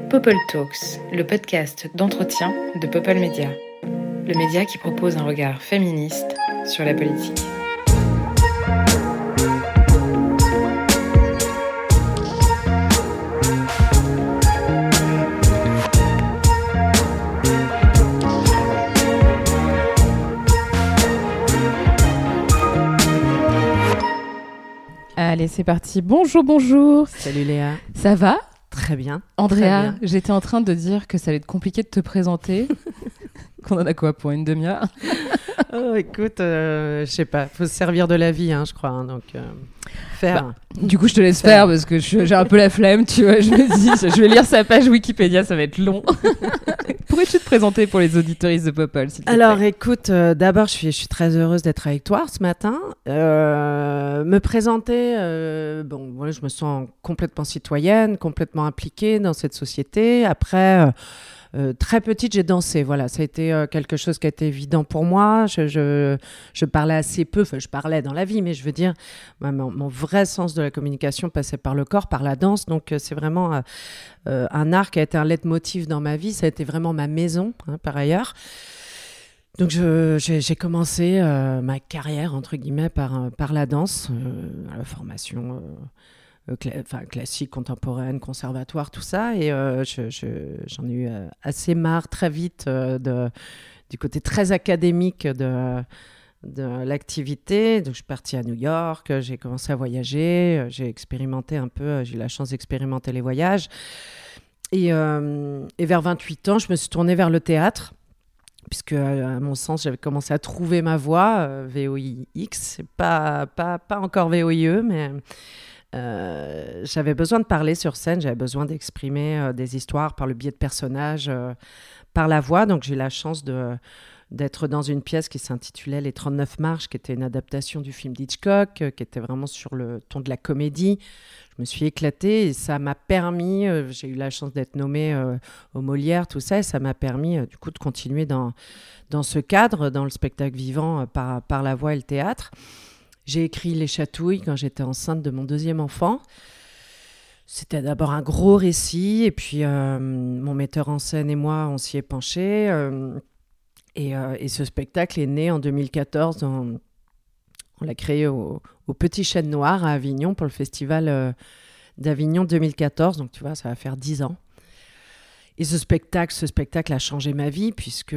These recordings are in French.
Popol Talks, le podcast d'entretien de Popol Media, le média qui propose un regard féministe sur la politique. Allez, c'est parti. Bonjour. Salut Léa. Ça va ? Très bien. Andrea, très bien. J'étais en train de dire que ça allait être compliqué de te présenter. Qu'on en a quoi pour une demi-heure ? Oh, écoute, je sais pas, faut se servir de la vie, je crois. Donc, faire. Du coup, je te laisse faire parce que j'ai un peu la flemme, tu vois. Je me dis, je vais lire sa page Wikipédia, ça va être long. Pourrais-tu te présenter pour les auditeuristes de Popol, s'il te plaît ? Alors, écoute, d'abord, je suis très heureuse d'être avec toi ce matin. Me présenter, voilà, je me sens complètement citoyenne, complètement impliquée dans cette société. Après, très petite, j'ai dansé. Voilà, ça a été quelque chose qui a été évident pour moi. Je parlais assez peu, enfin, je parlais dans la vie, mais je veux dire, mon vrai sens de la communication passait par le corps, par la danse. Donc, c'est vraiment un art qui a été un leitmotiv dans ma vie. Ça a été vraiment ma maison, par ailleurs. Donc, j'ai commencé ma carrière, entre guillemets, par la danse, la formation classique, contemporaine, conservatoire, tout ça. Et j'en ai eu assez marre très vite du côté très académique de l'activité. Donc, je suis partie à New York, j'ai commencé à voyager, j'ai expérimenté un peu, j'ai eu la chance d'expérimenter les voyages. Et vers 28 ans, je me suis tournée vers le théâtre, puisque, à mon sens, j'avais commencé à trouver ma voie, VOIX, pas encore VOIE, mais j'avais besoin de parler sur scène, j'avais besoin d'exprimer des histoires par le biais de personnages, par la voix. Donc, j'ai eu la chance d'être dans une pièce qui s'intitulait Les 39 marches, qui était une adaptation du film d'Hitchcock, qui était vraiment sur le ton de la comédie. Je me suis éclatée et ça m'a permis, j'ai eu la chance d'être nommée au Molière, tout ça, et ça m'a permis du coup de continuer dans ce cadre, dans le spectacle vivant par la voix et le théâtre. J'ai écrit Les Chatouilles quand j'étais enceinte de mon deuxième enfant. C'était d'abord un gros récit, et puis mon metteur en scène et moi, on s'y est penchés. Et ce spectacle est né en 2014. On l'a créé au Petit Chêne Noir à Avignon pour le festival d'Avignon 2014. Donc, tu vois, ça va faire 10 ans. Et ce spectacle a changé ma vie, puisque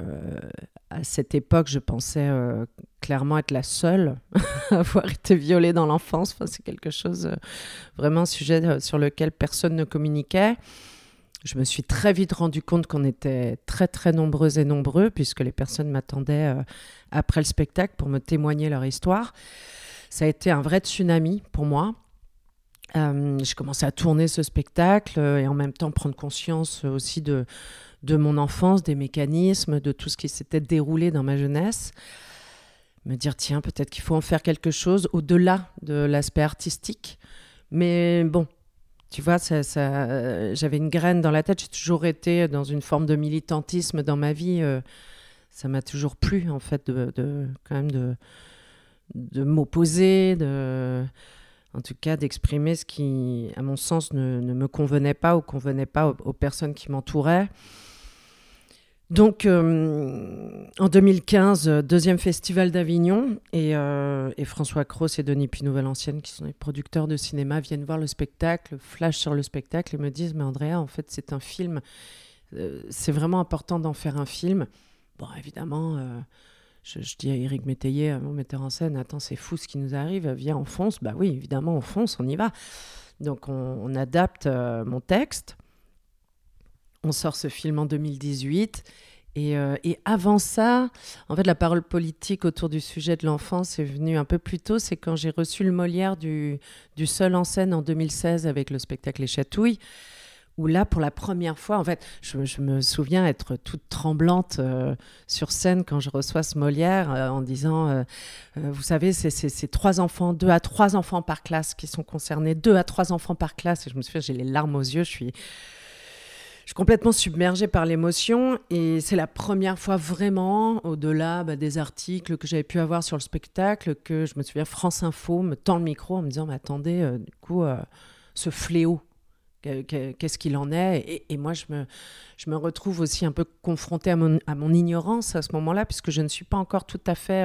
à cette époque, je pensais clairement être la seule à avoir été violée dans l'enfance. Enfin, c'est quelque chose, vraiment un sujet sur lequel personne ne communiquait. Je me suis très vite rendu compte qu'on était très, très nombreuses et nombreux, puisque les personnes m'attendaient après le spectacle pour me témoigner leur histoire. Ça a été un vrai tsunami pour moi. J'ai commencé à tourner ce spectacle et en même temps prendre conscience aussi de mon enfance, des mécanismes, de tout ce qui s'était déroulé dans ma jeunesse. Me dire, tiens, peut-être qu'il faut en faire quelque chose au-delà de l'aspect artistique. Mais bon, tu vois, j'avais une graine dans la tête. J'ai toujours été dans une forme de militantisme dans ma vie. Ça m'a toujours plu, en fait, quand même de m'opposer, en tout cas d'exprimer ce qui, à mon sens, ne me convenait pas ou convenait pas aux personnes qui m'entouraient. Donc, en 2015, deuxième festival d'Avignon, et François Cros et Denis Pinault-Valenciennes, qui sont les producteurs de cinéma, viennent voir le spectacle, flashent sur le spectacle et me disent « Mais Andrea, en fait, c'est un film, c'est vraiment important d'en faire un film. » Bon, évidemment, je dis à Éric Métayer, mon metteur en scène, « Attends, c'est fou ce qui nous arrive, viens, on fonce. » Bah oui, évidemment, on fonce, on y va. Donc, on adapte mon texte. On sort ce film en 2018 et avant ça, en fait, la parole politique autour du sujet de l'enfance est venue un peu plus tôt. C'est quand j'ai reçu le Molière du seul en scène en 2016 avec le spectacle Les Chatouilles, où là, pour la première fois, en fait, je me souviens être toute tremblante sur scène quand je reçois ce Molière en disant, vous savez, c'est 2 à 3 enfants par classe qui sont concernés, 2 à 3 enfants par classe. Et je me souviens, j'ai les larmes aux yeux, je suis complètement submergée par l'émotion, et c'est la première fois vraiment, au-delà des articles que j'avais pu avoir sur le spectacle, que je me souviens, France Info me tend le micro en me disant « Mais attendez, du coup, ce fléau Qu'est-ce qu'il en est et moi, je me retrouve aussi un peu confrontée à mon ignorance à ce moment-là, puisque je ne suis pas encore tout à fait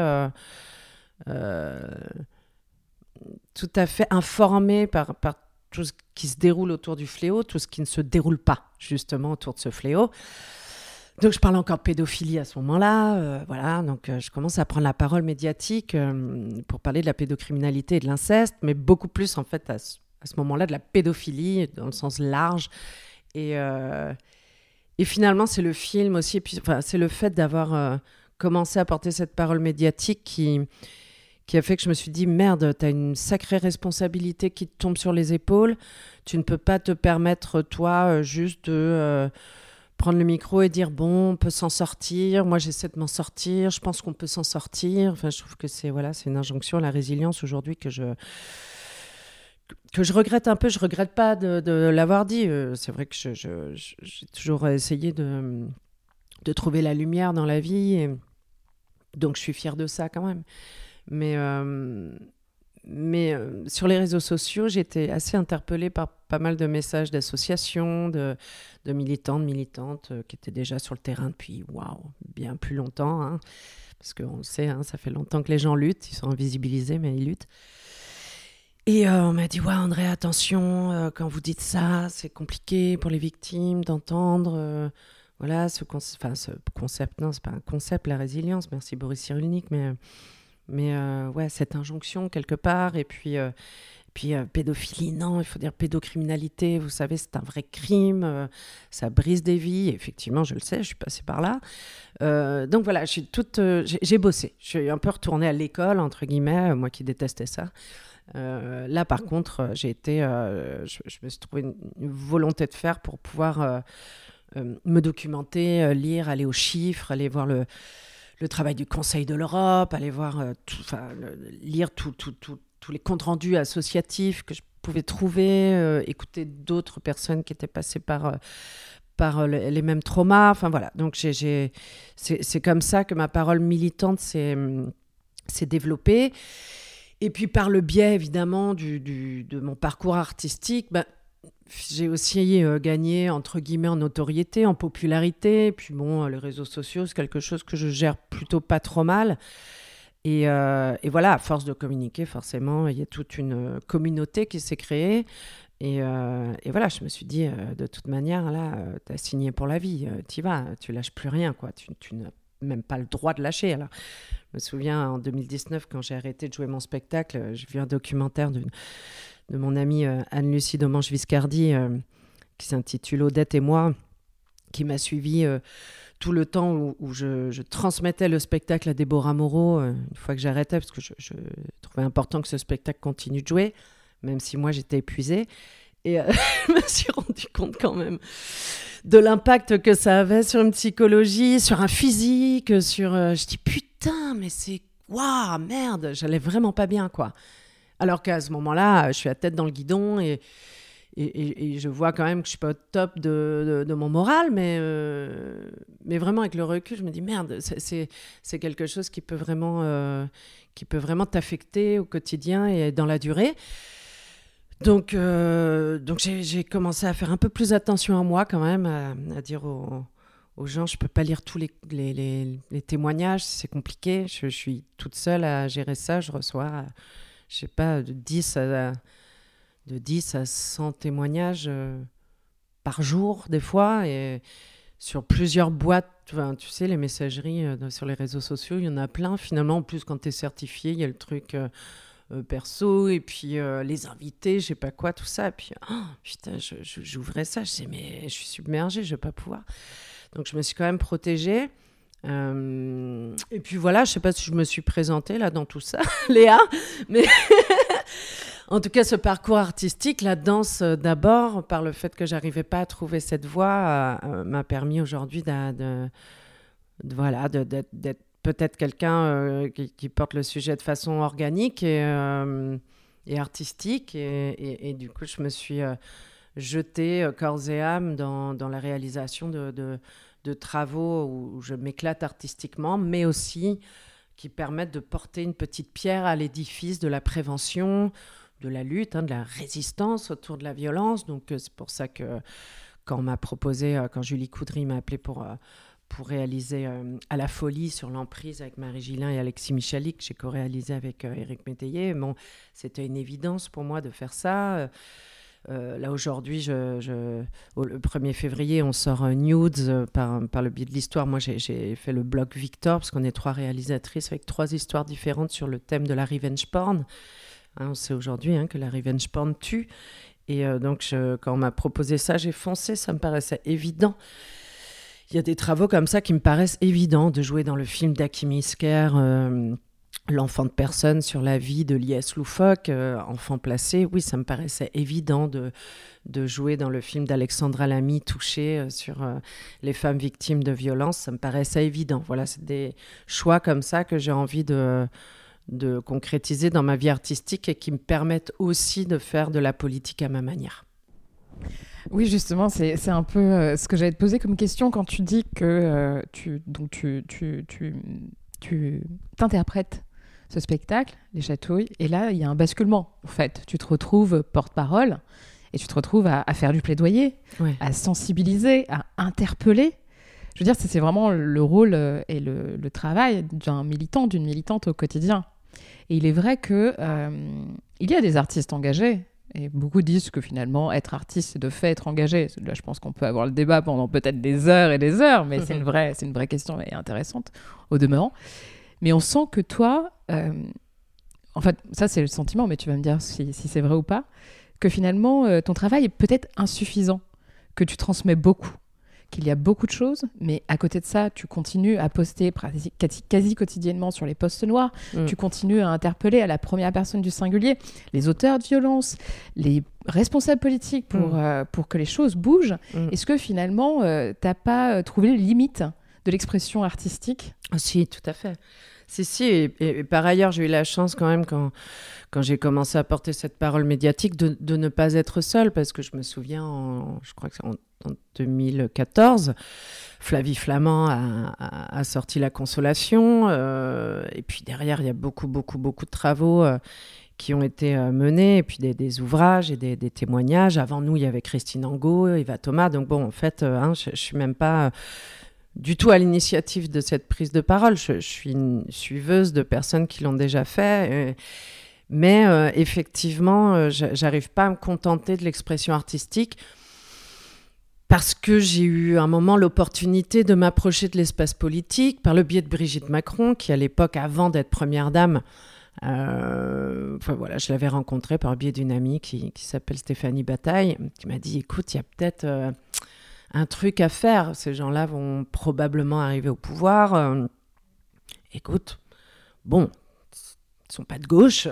informée par tout ce qui se déroule autour du fléau, tout ce qui ne se déroule pas, justement, autour de ce fléau. Donc, je parle encore de pédophilie à ce moment-là. Voilà, donc je commence à prendre la parole médiatique pour parler de la pédocriminalité et de l'inceste, mais beaucoup plus, en fait, à ce moment-là, de la pédophilie, dans le sens large. Et finalement, c'est le film aussi, puis, c'est le fait d'avoir commencé à porter cette parole médiatique qui a fait que je me suis dit, merde, t'as une sacrée responsabilité qui te tombe sur les épaules. Tu ne peux pas te permettre, toi, juste de prendre le micro et dire, bon, on peut s'en sortir. Moi, j'essaie de m'en sortir. Je pense qu'on peut s'en sortir. Enfin, je trouve que c'est une injonction à la résilience aujourd'hui que je regrette un peu. Je regrette pas de l'avoir dit. C'est vrai que j'ai toujours essayé de trouver la lumière dans la vie. Et donc, je suis fière de ça quand même. Mais sur les réseaux sociaux, j'ai été assez interpellée par pas mal de messages d'associations, de militants, de militantes qui étaient déjà sur le terrain depuis, bien plus longtemps. Hein, parce qu'on le sait, hein, ça fait longtemps que les gens luttent, ils sont invisibilisés, mais ils luttent. Et on m'a dit, André, attention, quand vous dites ça, c'est compliqué pour les victimes d'entendre... voilà, ce concept, non, c'est pas un concept, la résilience, merci Boris Cyrulnik, mais cette injonction quelque part, et puis pédophilie, non, il faut dire pédocriminalité, vous savez, c'est un vrai crime, ça brise des vies, et effectivement, je le sais, je suis passée par là. Donc voilà, j'ai bossé, je suis un peu retournée à l'école, entre guillemets, moi qui détestais ça. Là, par contre, je me suis trouvé une volonté de faire pour pouvoir me documenter, lire, aller aux chiffres, aller voir le travail du Conseil de l'Europe, aller voir, lire tous les comptes rendus associatifs que je pouvais trouver, écouter d'autres personnes qui étaient passées par les mêmes traumas. Enfin voilà, donc c'est comme ça que ma parole militante s'est développée. Et puis par le biais évidemment de mon parcours artistique, j'ai aussi gagné, entre guillemets, en notoriété, en popularité. Et puis bon, les réseaux sociaux, c'est quelque chose que je gère plutôt pas trop mal. Et voilà, à force de communiquer, forcément, il y a toute une communauté qui s'est créée. Et voilà, je me suis dit, de toute manière, là, t'as signé pour la vie, t'y vas, tu lâches plus rien, quoi. Tu n'as même pas le droit de lâcher. Alors, je me souviens, en 2019, quand j'ai arrêté de jouer mon spectacle, j'ai vu un documentaire de mon amie Anne-Lucie Domange-Viscardi, qui s'intitule Odette et moi, qui m'a suivi tout le temps où je transmettais le spectacle à Déborah Moreau, une fois que j'arrêtais, parce que je trouvais important que ce spectacle continue de jouer, même si moi j'étais épuisée. Et je me suis rendu compte quand même de l'impact que ça avait sur une psychologie, sur un physique, je dis putain, mais c'est... Waouh, merde, j'allais vraiment pas bien, quoi. Alors qu'à ce moment-là, je suis la tête dans le guidon et je vois quand même que je suis pas au top de mon moral, mais vraiment avec le recul, je me dis merde, c'est quelque chose qui peut vraiment t'affecter au quotidien et dans la durée. Donc j'ai commencé à faire un peu plus attention à moi quand même, à dire aux gens, je peux pas lire tous les témoignages, c'est compliqué, je suis toute seule à gérer ça, je reçois... je sais pas, de 10 à 100 témoignages par jour, des fois, et sur plusieurs boîtes. Enfin, tu sais, les messageries sur les réseaux sociaux, il y en a plein. Finalement, en plus, quand tu es certifié, il y a le truc perso, et puis les invités, je sais pas quoi, tout ça. Et puis, putain, j'ouvrais ça, je disais, mais je suis submergée, je vais pas pouvoir. Donc, je me suis quand même protégée. Et puis voilà, je sais pas si je me suis présentée là dans tout ça, Léa, mais en tout cas ce parcours artistique, la danse d'abord, par le fait que j'arrivais pas à trouver cette voie, m'a permis aujourd'hui d'être peut-être quelqu'un qui porte le sujet de façon organique et artistique, et du coup je me suis jetée corps et âme dans la réalisation de travaux où je m'éclate artistiquement, mais aussi qui permettent de porter une petite pierre à l'édifice de la prévention, la lutte, de la résistance autour de la violence. Donc c'est pour ça que quand on m'a proposé, quand Julie Coudry m'a appelé pour réaliser À la folie sur l'emprise avec Marie Gillin et Alexis Michalik, que j'ai co-réalisé avec Éric Métayer. Bon, c'était une évidence pour moi de faire ça. Là, aujourd'hui, le 1er février, on sort Nudes par le biais de l'histoire. Moi, j'ai fait le blog Victor, parce qu'on est 3 réalisatrices avec 3 histoires différentes sur le thème de la revenge porn. On sait aujourd'hui que la revenge porn tue. Et donc, quand on m'a proposé ça, j'ai foncé, ça me paraissait évident. Il y a des travaux comme ça qui me paraissent évidents, de jouer dans le film d'Hakim Isker, L'enfant de personne, sur la vie de Lies Loufoque, enfant placé. Oui, ça me paraissait évident de jouer dans le film d'Alexandra Lamy, Touchée, sur les femmes victimes de violences. Ça me paraissait évident. Voilà, c'est des choix comme ça que j'ai envie de concrétiser dans ma vie artistique et qui me permettent aussi de faire de la politique à ma manière. Oui, justement, c'est un peu ce que j'allais te poser comme question quand tu dis que tu t'interprètes ce spectacle, Les Chatouilles, et là, il y a un basculement, en fait. Tu te retrouves porte-parole et tu te retrouves à faire du plaidoyer, Ouais. à sensibiliser, à interpeller. Je veux dire, c'est vraiment le rôle et le travail d'un militant, d'une militante au quotidien. Et il est vrai que il y a des artistes engagés. Et beaucoup disent que finalement, être artiste, c'est de fait être engagé. Là, je pense qu'on peut avoir le débat pendant peut-être des heures et des heures, mais c'est une vraie question et intéressante au demeurant. Mais on sent que toi, en fait, ça c'est le sentiment, mais tu vas me dire si c'est vrai ou pas, que finalement, ton travail est peut-être insuffisant, que tu transmets beaucoup, qu'il y a beaucoup de choses, mais à côté de ça, tu continues à poster quasi quotidiennement sur les posts noirs, tu continues à interpeller à la première personne du singulier les auteurs de violences, les responsables politiques pour que les choses bougent. Est-ce que finalement, t'as pas trouvé les limites de l'expression artistique ? Si, tout à fait. Si, et par ailleurs, j'ai eu la chance quand même, quand j'ai commencé à porter cette parole médiatique, de ne pas être seule, parce que je me souviens, je crois que c'est en 2014, Flavie Flament a sorti La Consolation, et puis derrière, il y a beaucoup de travaux qui ont été menés, et puis des ouvrages et des témoignages. Avant nous, il y avait Christine Angot, Eva Thomas, donc bon, en fait, je ne suis même pas du tout à l'initiative de cette prise de parole. Je suis une suiveuse de personnes qui l'ont déjà fait, mais effectivement, j'arrive pas à me contenter de l'expression artistique parce que j'ai eu un moment l'opportunité de m'approcher de l'espace politique par le biais de Brigitte Macron, qui à l'époque, avant d'être première dame, je l'avais rencontrée par le biais d'une amie qui s'appelle Stéphanie Bataille, qui m'a dit, écoute, il y a peut-être un truc à faire. Ces gens-là vont probablement arriver au pouvoir. Écoute, bon, ils sont pas de gauche.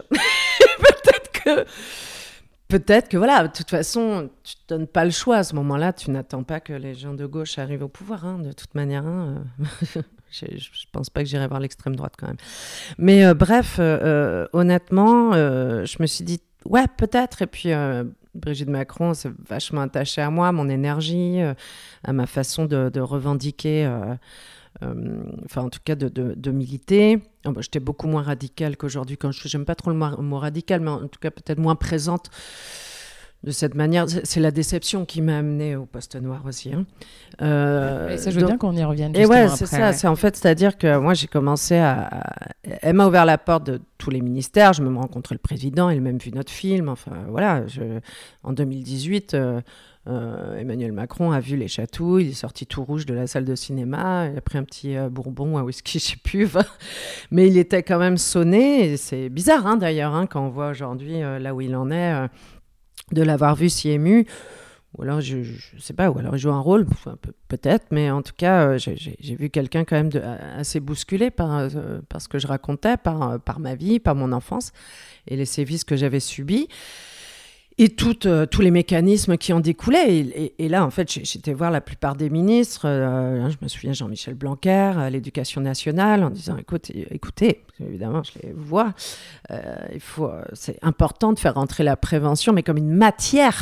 Peut-être que voilà, de toute façon, tu te donnes pas le choix à ce moment-là. Tu n'attends pas que les gens de gauche arrivent au pouvoir. De toute manière, je pense pas que j'irai voir l'extrême droite quand même. Mais bref, honnêtement, je me suis dit, ouais, peut-être. Et puis Brigitte Macron s'est vachement attachée à moi, à mon énergie, à ma façon de revendiquer, en tout cas de militer. J'étais beaucoup moins radicale qu'aujourd'hui. J'aime pas trop le mot radical, mais en tout cas peut-être moins présente de cette manière. C'est la déception qui m'a amenée au poste noir aussi. Et ça, je veux bien qu'on y revienne. Et ouais, c'est ça. Ouais. C'est-à-dire que moi, j'ai commencé Elle m'a ouvert la porte de tous les ministères. Je me rencontrais le président, il a même vu notre film. Enfin, voilà. En 2018, Emmanuel Macron a vu Les Chatouilles. Il est sorti tout rouge de la salle de cinéma. Il a pris un petit bourbon, un whisky, je sais plus. Mais il était quand même sonné. Et c'est bizarre, d'ailleurs, quand on voit aujourd'hui là où il en est. De l'avoir vu si ému, ou alors je sais pas, ou alors il joue un rôle, peut-être, mais en tout cas j'ai vu quelqu'un quand même assez bousculé par ce que je racontais, par ma vie, par mon enfance et les sévices que j'avais subis et tous les mécanismes qui en découlaient. Et là, en fait, j'étais voir la plupart des ministres. Je me souviens Jean-Michel Blanquer à l'Éducation nationale en disant écoutez, évidemment, je les vois. C'est important de faire rentrer la prévention, mais comme une matière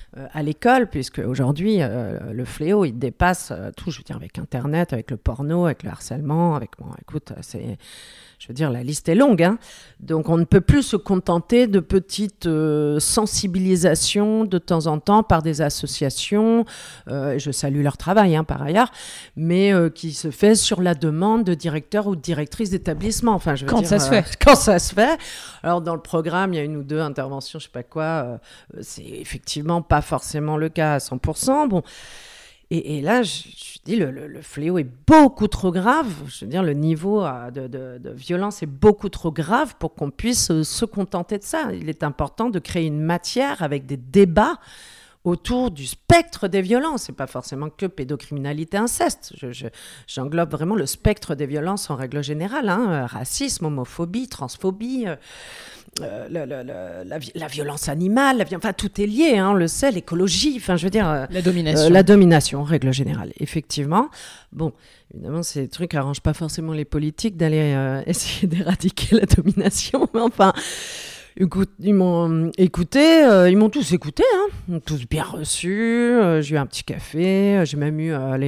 à l'école, puisque aujourd'hui, le fléau, il dépasse tout, je veux dire, avec Internet, avec le porno, avec le harcèlement, avec... Bon, écoute, je veux dire, la liste est longue, hein. Donc, on ne peut plus se contenter de petites sensibilisations de temps en temps par des associations. Je salue leur travail, hein, par ailleurs, mais qui se fait sur la demande de directeurs ou de directrices d'établissement. Enfin, je veux Quand dire, ça se fait. Quand ça se fait. Alors, dans le programme, il y a 1 ou 2 interventions, je ne sais pas quoi. C'est effectivement pas forcément le cas à 100%. Bon. Et là, je dis, le fléau est beaucoup trop grave. Je veux dire, le niveau de violence est beaucoup trop grave pour qu'on puisse se contenter de ça. Il est important de créer une matière avec des débats autour du spectre des violences. C'est pas forcément que pédocriminalité, inceste. J'englobe vraiment le spectre des violences en règle générale, hein. Racisme, homophobie, transphobie, la violence animale, enfin tout est lié, hein, on le sait, l'écologie, enfin je veux dire... La domination. La domination, en règle générale, effectivement. Bon, évidemment, ces trucs n'arrangent pas forcément les politiques d'aller essayer d'éradiquer la domination, mais enfin... Écoute, ils m'ont écouté, ils m'ont tous écouté, hein. Ils m'ont tous bien reçu. J'ai eu un petit café, j'ai même eu un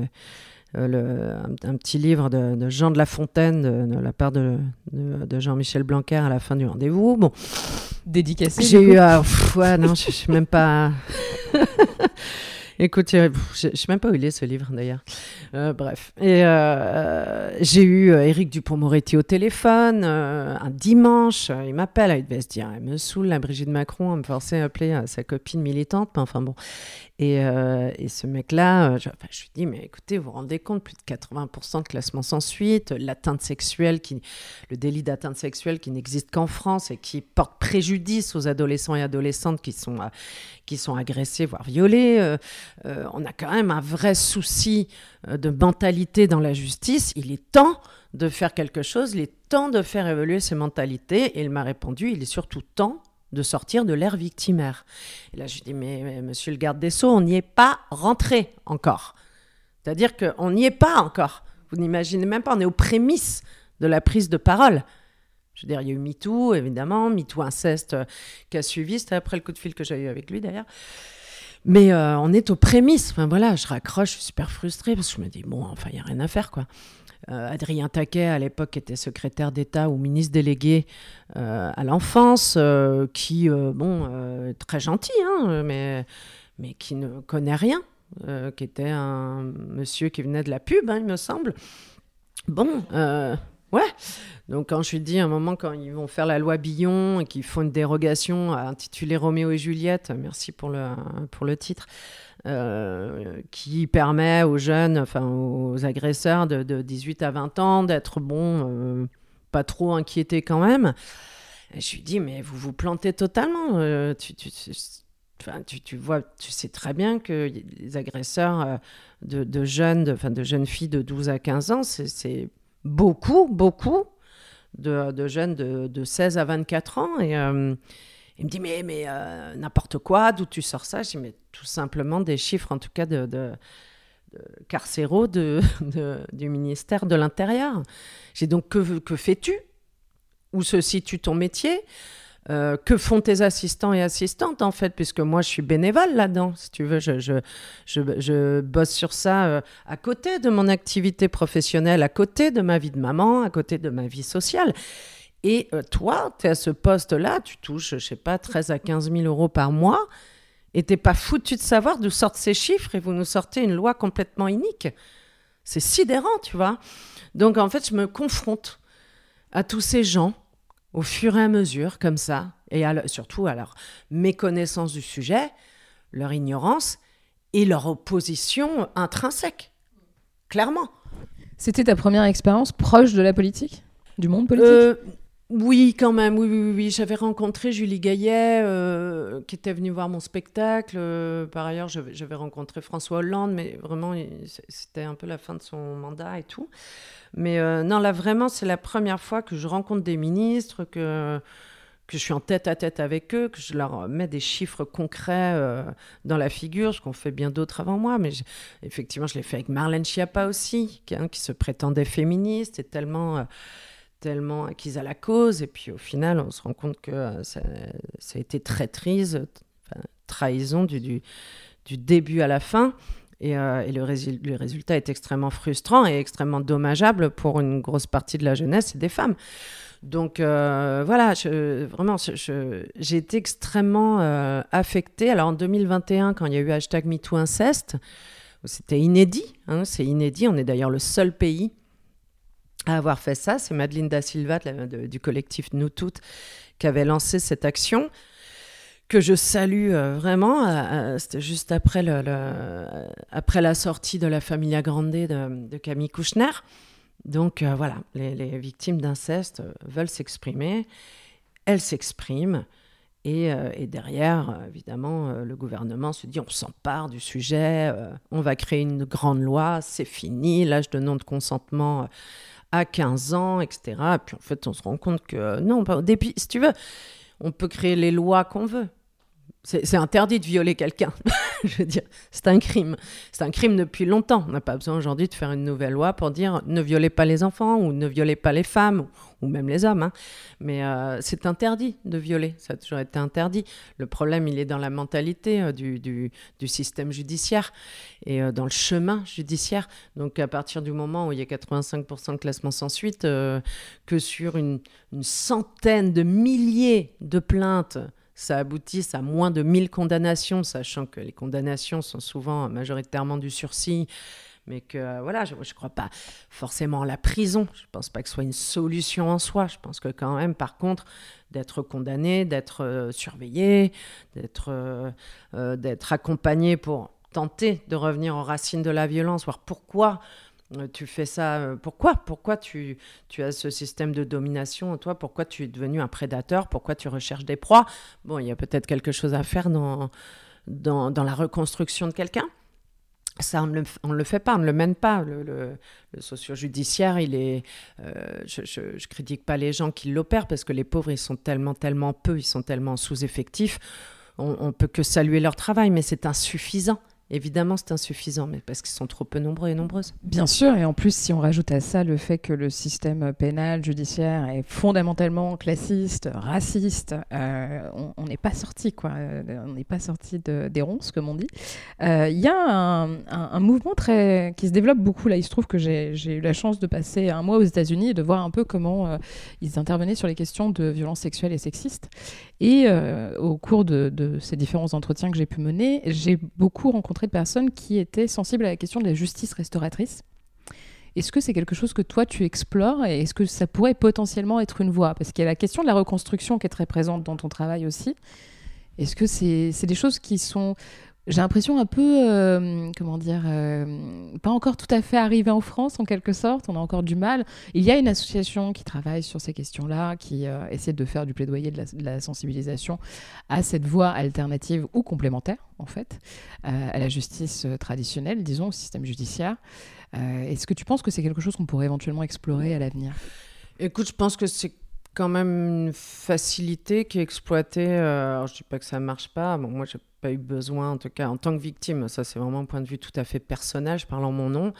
petit livre de Jean de La Fontaine de la part de Jean-Michel Blanquer à la fin du rendez-vous. Bon, Dédicacé. j'ai eu, ouais, non, je sais même pas. Écoute, je sais même pas où il est ce livre d'ailleurs. Bref. Et j'ai eu Éric Dupond-Moretti au téléphone un dimanche. Il m'appelle, il devait se dire, elle me saoule, la Brigitte Macron, à me forcer à appeler sa copine militante. Mais enfin bon. Et ce mec-là, je lui dis, mais écoutez, vous vous rendez compte, plus de 80% de classement sans suite, l'atteinte sexuelle, le délit d'atteinte sexuelle qui n'existe qu'en France et qui porte préjudice aux adolescents et adolescentes qui sont agressés, voire violés. On a quand même un vrai souci de mentalité dans la justice. Il est temps de faire quelque chose, il est temps de faire évoluer ces mentalités. Et il m'a répondu, il est surtout temps de sortir de l'ère victimaire. Et là, je lui dis, mais monsieur le garde des Sceaux, on n'y est pas rentré encore. C'est-à-dire qu'on n'y est pas encore. Vous n'imaginez même pas, on est aux prémices de la prise de parole. Je veux dire, il y a eu MeToo, évidemment, MeToo inceste qui a suivi, c'était après le coup de fil que j'ai eu avec lui d'ailleurs. Mais on est aux prémices. Enfin voilà, je raccroche, je suis super frustrée parce que je me dis, bon, enfin, il n'y a rien à faire, quoi. Adrien Taquet, à l'époque, était secrétaire d'État ou ministre délégué à l'enfance, qui, très gentil, hein, mais qui ne connaît rien, qui était un monsieur qui venait de la pub, hein, il me semble. Bon, ouais. Donc quand je lui dis à un moment, quand ils vont faire la loi Billon et qu'ils font une dérogation intitulée Roméo et Juliette, merci pour le titre, qui permet aux jeunes, enfin aux agresseurs de 18 à 20 ans d'être pas trop inquiétés quand même. Et je lui dis, mais vous vous plantez totalement. Tu vois, tu sais très bien que les agresseurs de jeunes filles de 12 à 15 ans, c'est beaucoup de jeunes de 16 à 24 ans. Et il me dit, mais n'importe quoi, d'où tu sors ça? Je dis, mais tout simplement des chiffres, en tout cas de carcéraux du ministère de l'Intérieur. J'ai donc, que fais-tu? Où se situe ton métier? Que font tes assistants et assistantes, en fait, puisque moi, je suis bénévole là-dedans, si tu veux. Je bosse sur ça à côté de mon activité professionnelle, à côté de ma vie de maman, à côté de ma vie sociale. Et toi, tu es à ce poste-là, tu touches, je sais pas, 13 à 15 000 euros par mois, et tu n'es pas foutu de savoir d'où sortent ces chiffres, et vous nous sortez une loi complètement inique. C'est sidérant, tu vois. Donc, en fait, je me confronte à tous ces gens au fur et à mesure, comme ça, et surtout à leur méconnaissance du sujet, leur ignorance et leur opposition intrinsèque, clairement. C'était ta première expérience proche de la politique, du monde politique? Oui, quand même, oui. J'avais rencontré Julie Gaillet, qui était venue voir mon spectacle. Par ailleurs, j'avais rencontré François Hollande, mais vraiment, c'était un peu la fin de son mandat et tout. Mais non, là, vraiment, c'est la première fois que je rencontre des ministres, que je suis en tête-à-tête avec eux, que je leur mets des chiffres concrets dans la figure, ce qu'ont fait bien d'autres avant moi. Mais effectivement, je l'ai fait avec Marlène Schiappa aussi, qui se prétendait féministe et tellement acquise à la cause. Et puis, au final, on se rend compte que ça a été traîtrise trahison du début à la fin. Et le résultat est extrêmement frustrant et extrêmement dommageable pour une grosse partie de la jeunesse et des femmes. Donc voilà, j'ai été extrêmement affectée. Alors en 2021, quand il y a eu #MeTooInceste, c'était inédit, hein, c'est inédit. On est d'ailleurs le seul pays à avoir fait ça. C'est Madeleine Da Silva du collectif Nous Toutes qui avait lancé cette action, que je salue vraiment. C'était juste après, après la sortie de La Familia Grande de Camille Kouchner. Donc voilà, les victimes d'inceste veulent s'exprimer, elles s'expriment, et derrière, évidemment, le gouvernement se dit on s'empare du sujet, on va créer une grande loi, c'est fini, l'âge de non-consentement à 15 ans, etc. Et puis en fait, on se rend compte que non, si tu veux, on peut créer les lois qu'on veut. C'est interdit de violer quelqu'un. Je veux dire, c'est un crime. C'est un crime depuis longtemps. On n'a pas besoin aujourd'hui de faire une nouvelle loi pour dire ne violez pas les enfants ou ne violez pas les femmes ou même les hommes. Hein. Mais c'est interdit de violer. Ça a toujours été interdit. Le problème, il est dans la mentalité du système judiciaire et dans le chemin judiciaire. Donc, à partir du moment où il y a 85% de classement sans suite, que sur une centaine de milliers de plaintes, ça aboutisse à moins de 1000 condamnations, sachant que les condamnations sont souvent majoritairement du sursis, mais que voilà, je ne crois pas forcément à la prison. Je ne pense pas que ce soit une solution en soi. Je pense que quand même, par contre, d'être condamné, d'être surveillé, d'être accompagné pour tenter de revenir aux racines de la violence, voir pourquoi tu fais ça, pourquoi tu as ce système de domination en toi, pourquoi tu es devenu un prédateur, pourquoi tu recherches des proies. Bon, il y a peut-être quelque chose à faire dans la reconstruction de quelqu'un. Ça, on ne le fait pas, on ne le mène pas. Le socio-judiciaire, il est... je critique pas les gens qui l'opèrent, parce que les pauvres, ils sont tellement peu, ils sont tellement sous-effectifs. On peut que saluer leur travail, mais c'est insuffisant. Évidemment, c'est insuffisant, mais parce qu'ils sont trop peu nombreux et nombreuses. Bien sûr, et en plus, si on rajoute à ça le fait que le système pénal, judiciaire est fondamentalement classiste, raciste, on n'est pas sorti, quoi. On n'est pas sorti des ronces, comme on dit. Il y a un mouvement qui se développe beaucoup, là. Il se trouve que j'ai eu la chance de passer un mois aux États-Unis et de voir un peu comment ils intervenaient sur les questions de violences sexuelles et sexistes. Et au cours de ces différents entretiens que j'ai pu mener, j'ai beaucoup rencontré de personnes qui étaient sensibles à la question de la justice restauratrice. Est-ce que c'est quelque chose que toi tu explores, et est-ce que ça pourrait potentiellement être une voie? Parce qu'il y a la question de la reconstruction qui est très présente dans ton travail aussi. Est-ce que c'est des choses qui sont, j'ai l'impression, un peu, pas encore tout à fait arrivées en France, en quelque sorte. On a encore du mal. Il y a une association qui travaille sur ces questions-là, qui essaie de faire du plaidoyer, de la sensibilisation à cette voie alternative ou complémentaire, en fait, à la justice traditionnelle, disons, au système judiciaire. Est-ce que tu penses que c'est quelque chose qu'on pourrait éventuellement explorer à l'avenir? Écoute, je pense que c'est quand même une facilité qui est exploitée. Alors, je ne dis pas que ça ne marche pas. Bon, moi, je n'ai pas eu besoin, en tout cas, en tant que victime. Ça, c'est vraiment un point de vue tout à fait personnel. Je parle en mon nom.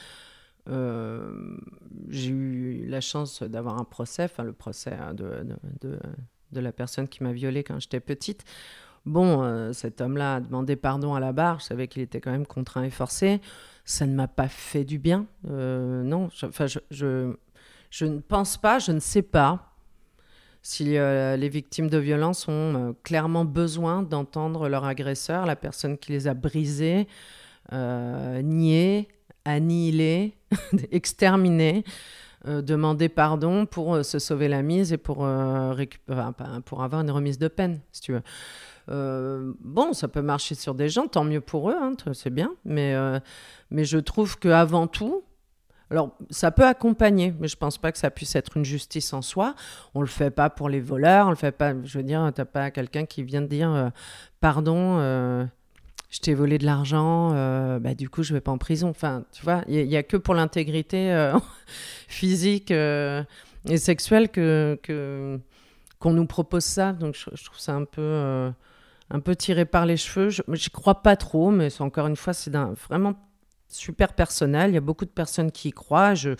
J'ai eu la chance d'avoir un procès, le procès de la personne qui m'a violée quand j'étais petite. Bon, cet homme-là a demandé pardon à la barre. Je savais qu'il était quand même contraint et forcé. Ça ne m'a pas fait du bien. Non, je ne pense pas, je ne sais pas si les victimes de violences ont clairement besoin d'entendre leur agresseur, la personne qui les a brisés, niés, annihilés, exterminés, demander pardon pour se sauver la mise et pour avoir une remise de peine, si tu veux. Bon, ça peut marcher sur des gens, tant mieux pour eux, hein, c'est bien, mais je trouve qu'avant tout, alors, ça peut accompagner, mais je ne pense pas que ça puisse être une justice en soi. On ne le fait pas pour les voleurs, on le fait pas, je veux dire, tu n'as pas quelqu'un qui vient de dire pardon, je t'ai volé de l'argent, du coup, je ne vais pas en prison. Enfin, tu vois, il n'y a que pour l'intégrité physique et sexuelle qu'on nous propose ça. Donc, je trouve ça un peu tiré par les cheveux. Je n'y crois pas trop, mais encore une fois, c'est vraiment super personnel. Il y a beaucoup de personnes qui y croient. Je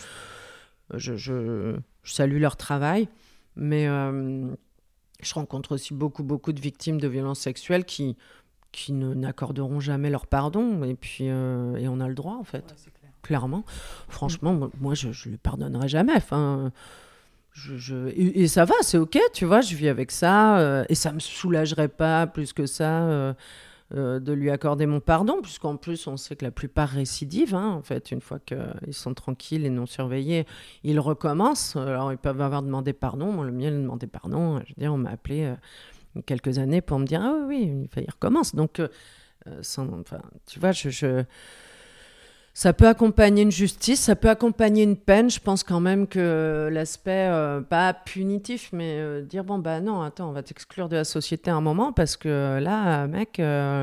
salue leur travail. Mais je rencontre aussi beaucoup de victimes de violences sexuelles qui n'accorderont jamais leur pardon. Et puis, et on a le droit, en fait. Ouais, c'est clair. Clairement. Franchement, moi, je lui pardonnerai jamais. Enfin, et ça va, c'est OK, tu vois, je vis avec ça. Et ça me soulagerait pas plus que ça de lui accorder mon pardon, puisqu'en plus, on sait que la plupart récidivent. En fait, une fois qu'ils sont tranquilles et non surveillés, ils recommencent. Alors, ils peuvent avoir demandé pardon. Moi, le mien, il a demandé pardon. Je veux dire, on m'a appelé quelques années pour me dire « Ah oui, il recommence ». Donc, tu vois, ça peut accompagner une justice, ça peut accompagner une peine. Je pense quand même que l'aspect, pas punitif, mais dire, bon, bah non, attends, on va t'exclure de la société un moment parce que là, mec,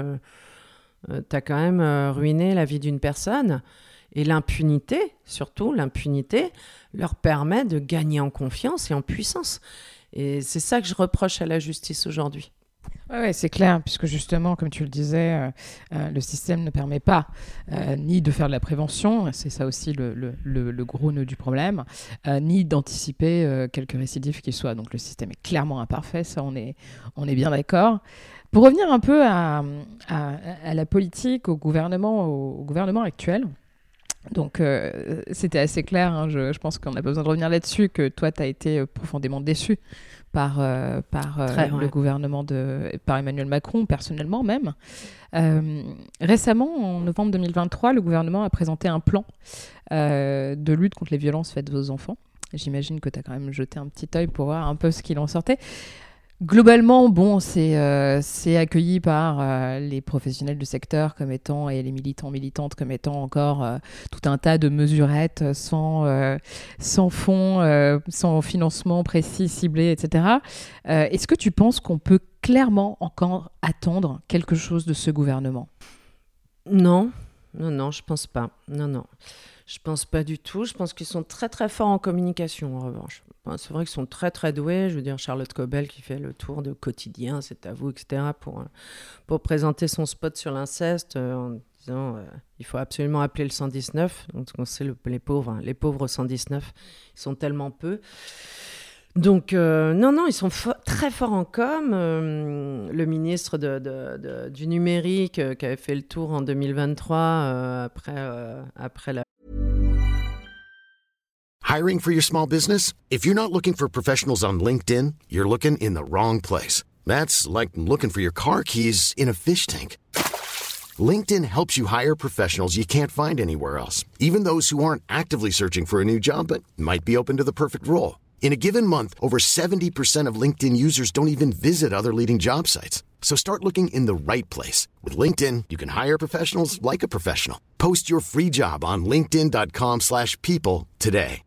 t'as quand même ruiné la vie d'une personne. Et l'impunité, surtout l'impunité, leur permet de gagner en confiance et en puissance. Et c'est ça que je reproche à la justice aujourd'hui. Oui, c'est clair, puisque justement, comme tu le disais, le système ne permet pas ni de faire de la prévention, c'est ça aussi le gros nœud du problème, ni d'anticiper quelques récidives qui soient. Donc le système est clairement imparfait, ça on est bien d'accord. Pour revenir un peu à la politique, au gouvernement actuel, donc c'était assez clair, hein, je pense qu'on n'a pas besoin de revenir là-dessus, que toi tu as été profondément déçu par le gouvernement par Emmanuel Macron, personnellement même. Récemment, en novembre 2023, le gouvernement a présenté un plan de lutte contre les violences faites aux enfants. J'imagine que tu as quand même jeté un petit œil pour voir un peu ce qu'il en sortait. Globalement, bon, c'est accueilli par les professionnels du secteur comme étant, et les militantes comme étant encore tout un tas de mesurettes sans fond, sans financement précis, ciblé, etc. Est-ce que tu penses qu'on peut clairement encore attendre quelque chose de ce gouvernement ? Non, je pense pas. Non. Je pense pas du tout. Je pense qu'ils sont très, très forts en communication, en revanche. C'est vrai qu'ils sont très, très doués. Je veux dire, Charlotte Cobel qui fait le tour de Quotidien, C'est à vous, etc., pour présenter son spot sur l'inceste en disant il faut absolument appeler le 119. Donc, on sait les pauvres 119, ils sont tellement peu. Donc, non, ils sont très forts en com. Le ministre du numérique qui avait fait le tour en 2023 après la... Hiring for your small business? If you're not looking for professionals on LinkedIn, you're looking in the wrong place. That's like looking for your car keys in a fish tank. LinkedIn helps you hire professionals you can't find anywhere else, even those who aren't actively searching for a new job but might be open to the perfect role. In a given month, over 70% of LinkedIn users don't even visit other leading job sites. So start looking in the right place. With LinkedIn, you can hire professionals like a professional. Post your free job on linkedin.com/people today.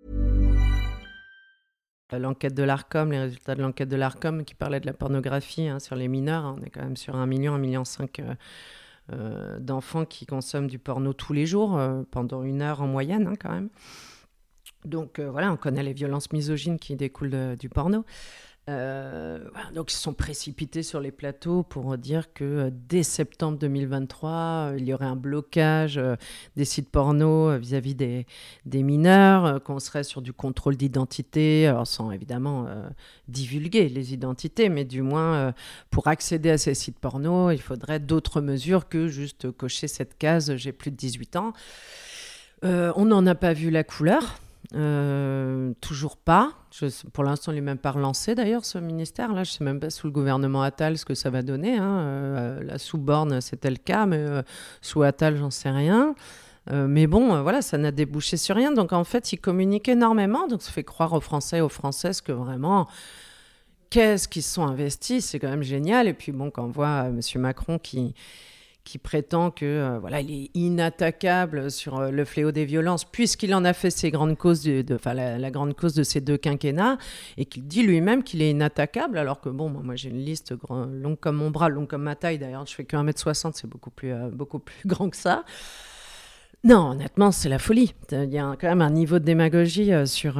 L'enquête de l'Arcom, les résultats de l'enquête de l'Arcom qui parlait de la pornographie sur les mineurs. On est quand même sur 1 million, 1,5 million d'enfants qui consomment du porno tous les jours, pendant 1 heure en moyenne quand même. Donc voilà, on connaît les violences misogynes qui découlent du porno. Donc ils se sont précipités sur les plateaux pour dire que dès septembre 2023, il y aurait un blocage des sites porno vis-à-vis des mineurs, qu'on serait sur du contrôle d'identité, alors sans évidemment divulguer les identités, mais du moins pour accéder à ces sites porno, il faudrait d'autres mesures que juste cocher cette case « j'ai plus de 18 ans ». On n'en a pas vu la couleur. Toujours pas. Pour l'instant, il n'est même pas relancé d'ailleurs, ce ministère-là. Je ne sais même pas sous le gouvernement Attal ce que ça va donner. Là, sous Borne, c'était le cas, mais sous Attal, j'en sais rien. Mais bon, voilà, ça n'a débouché sur rien. Donc en fait, ils communiquent énormément. Donc ça fait croire aux Français et aux Françaises que vraiment, qu'est-ce qu'ils se sont investis. C'est quand même génial. Et puis bon, quand on voit M. Macron qui prétend que il est inattaquable sur le fléau des violences, puisqu'il en a fait ses grandes causes, la grande cause de ces 2 quinquennats, et qu'il dit lui-même qu'il est inattaquable, alors que moi j'ai une liste longue comme mon bras, longue comme ma taille, d'ailleurs je fais que 1m60, c'est beaucoup plus grand que ça. Non, honnêtement, c'est la folie. Il y a quand même un niveau de démagogie sur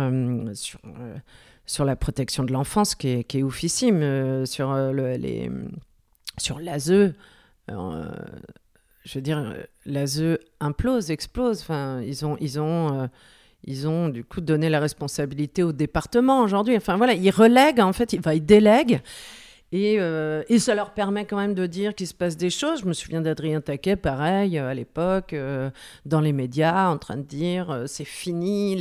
la protection de l'enfance qui est oufissime, sur l'ASE. Je veux dire, l'ASE explose. Enfin, ils ont du coup donné la responsabilité au département aujourd'hui. Enfin voilà, ils relèguent, en fait, ils délèguent. Et ça leur permet quand même de dire qu'il se passe des choses. Je me souviens d'Adrien Taquet, pareil, à l'époque, dans les médias, en train de dire c'est fini,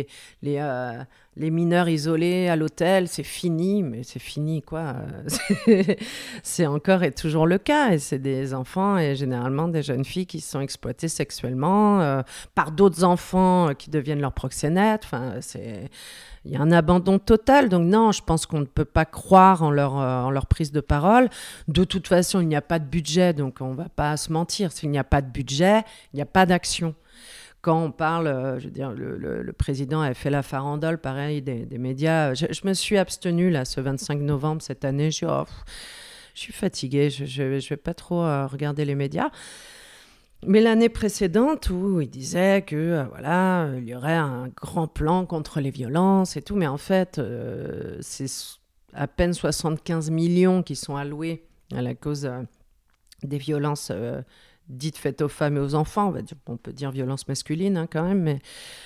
les mineurs isolés à l'hôtel, c'est fini. Mais c'est fini, quoi. C'est encore et toujours le cas. Et c'est des enfants, et généralement des jeunes filles qui sont exploitées sexuellement par d'autres enfants qui deviennent leurs proxénètes. Enfin, il y a un abandon total. Donc non, je pense qu'on ne peut pas croire en leur prise de parole. De toute façon, il n'y a pas de budget, donc on ne va pas se mentir. S'il n'y a pas de budget, il n'y a pas d'action. Quand on parle, je veux dire, le président a fait la farandole, pareil, des médias. Je me suis abstenue, là, ce 25 novembre cette année. Je suis fatiguée, je vais pas trop regarder les médias. Mais l'année précédente, où il disait que voilà, il y aurait un grand plan contre les violences et tout, mais en fait, c'est à peine 75 millions qui sont alloués à la cause des violences dites faites aux femmes et aux enfants. On peut dire violences masculines quand même, mais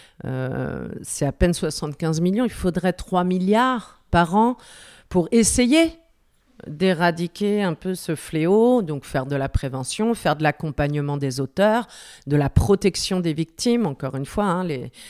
c'est à peine 75 millions. Il faudrait 3 milliards par an pour essayer d'éradiquer un peu ce fléau, donc faire de la prévention, faire de l'accompagnement des auteurs, de la protection des victimes. Encore une fois,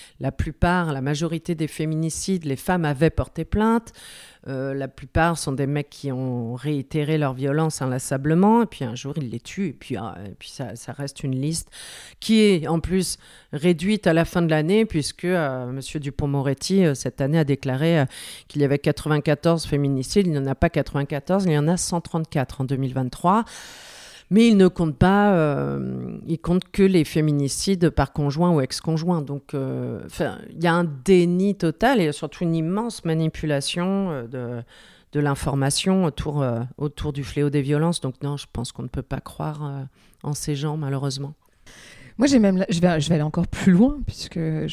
la majorité des féminicides, les femmes avaient porté plainte. La plupart sont des mecs qui ont réitéré leur violence inlassablement, et puis un jour ils les tuent, et puis ça reste une liste qui est en plus réduite à la fin de l'année, puisque M. Dupond-Moretti cette année a déclaré qu'il y avait 94 féminicides. Il n'y en a pas 94, il y en a 134 en 2023. Mais il ne compte pas, il compte que les féminicides par conjoint ou ex-conjoint. Donc, il y a un déni total et surtout une immense manipulation de l'information autour du fléau des violences. Donc non, je pense qu'on ne peut pas croire en ces gens, malheureusement. Moi, je vais aller encore plus loin, puisque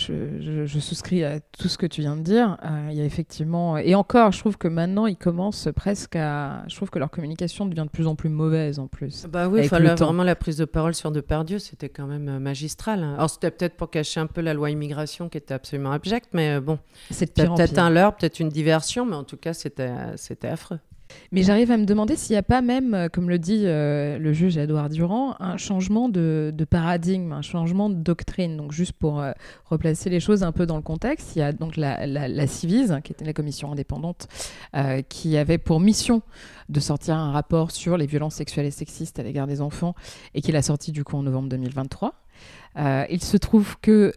je souscris à tout ce que tu viens de dire. Il y a effectivement... Et encore, je trouve que maintenant, ils commencent presque à... Je trouve que leur communication devient de plus en plus mauvaise, en plus. Bah oui, vraiment, la prise de parole sur Depardieu, c'était quand même magistral. Alors, c'était peut-être pour cacher un peu la loi immigration, qui était absolument abjecte, mais bon, c'était peut-être un leurre, peut-être une diversion, mais en tout cas, c'était affreux. Mais j'arrive à me demander s'il n'y a pas même, comme le dit le juge Édouard Durand, un changement de paradigme, un changement de doctrine. Donc juste pour replacer les choses un peu dans le contexte, il y a donc la Civise, qui était la commission indépendante, qui avait pour mission de sortir un rapport sur les violences sexuelles et sexistes à l'égard des enfants, et qui l'a sorti du coup en novembre 2023. Il se trouve que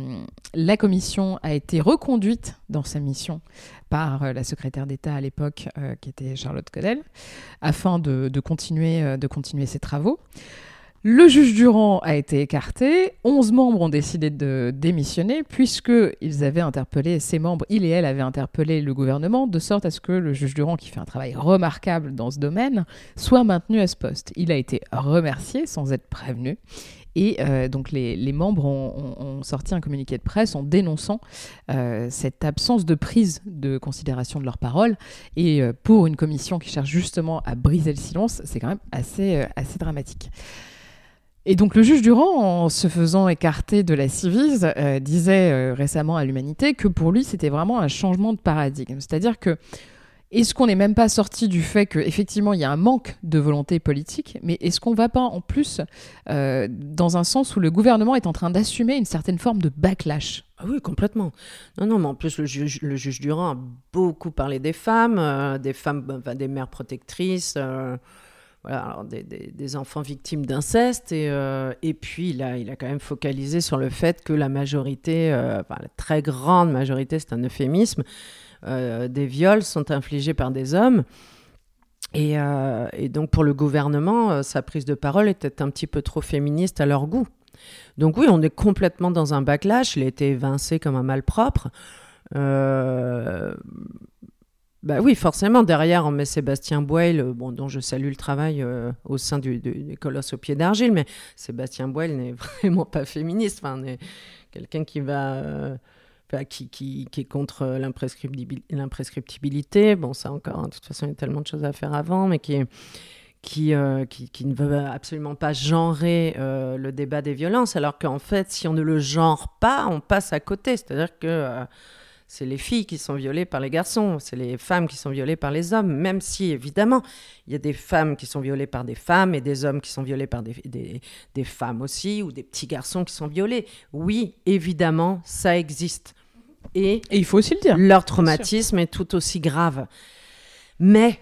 la commission a été reconduite dans sa mission par la secrétaire d'État à l'époque, qui était Charlotte Caudel, afin de continuer ses travaux. Le juge Durand a été écarté. 11 membres ont décidé de démissionner, puisqu'ils avaient interpellé, ces membres, il et elle avaient interpellé le gouvernement, de sorte à ce que le juge Durand, qui fait un travail remarquable dans ce domaine, soit maintenu à ce poste. Il a été remercié sans être prévenu. Et donc les membres ont sorti un communiqué de presse en dénonçant cette absence de prise de considération de leurs paroles. Et pour une commission qui cherche justement à briser le silence, c'est quand même assez dramatique. Et donc le juge Durand, en se faisant écarter de la Civise, disait récemment à l'Humanité que pour lui, c'était vraiment un changement de paradigme. C'est-à-dire que est-ce qu'on n'est même pas sorti du fait qu'effectivement, il y a un manque de volonté politique, mais est-ce qu'on ne va pas en plus dans un sens où le gouvernement est en train d'assumer une certaine forme de backlash ? Ah oui, complètement. Non, mais en plus, le juge Durand a beaucoup parlé des femmes, des mères protectrices, voilà, alors des enfants victimes d'inceste, et puis il a quand même focalisé sur le fait que la majorité, la très grande majorité, c'est un euphémisme, des viols sont infligés par des hommes. Et donc, pour le gouvernement, sa prise de parole était un petit peu trop féministe à leur goût. Donc oui, on est complètement dans un backlash. Il a été évincé comme un malpropre. Oui, forcément, derrière, on met Sébastien Boyle, dont je salue le travail au sein des Colosses au pied d'argile, mais Sébastien Boyle n'est vraiment pas féministe. Enfin, on est quelqu'un qui va... qui est contre l'imprescriptibilité. Bon, ça encore, de toute façon, il y a tellement de choses à faire avant, mais qui ne veut absolument pas genrer le débat des violences, alors qu'en fait, si on ne le genre pas, on passe à côté. C'est-à-dire que C'est les filles qui sont violées par les garçons, c'est les femmes qui sont violées par les hommes, même si, évidemment, il y a des femmes qui sont violées par des femmes et des hommes qui sont violés par des femmes aussi, ou des petits garçons qui sont violés. Oui, évidemment, ça existe. Et il faut aussi le dire. Leur traumatisme est tout aussi grave. Mais,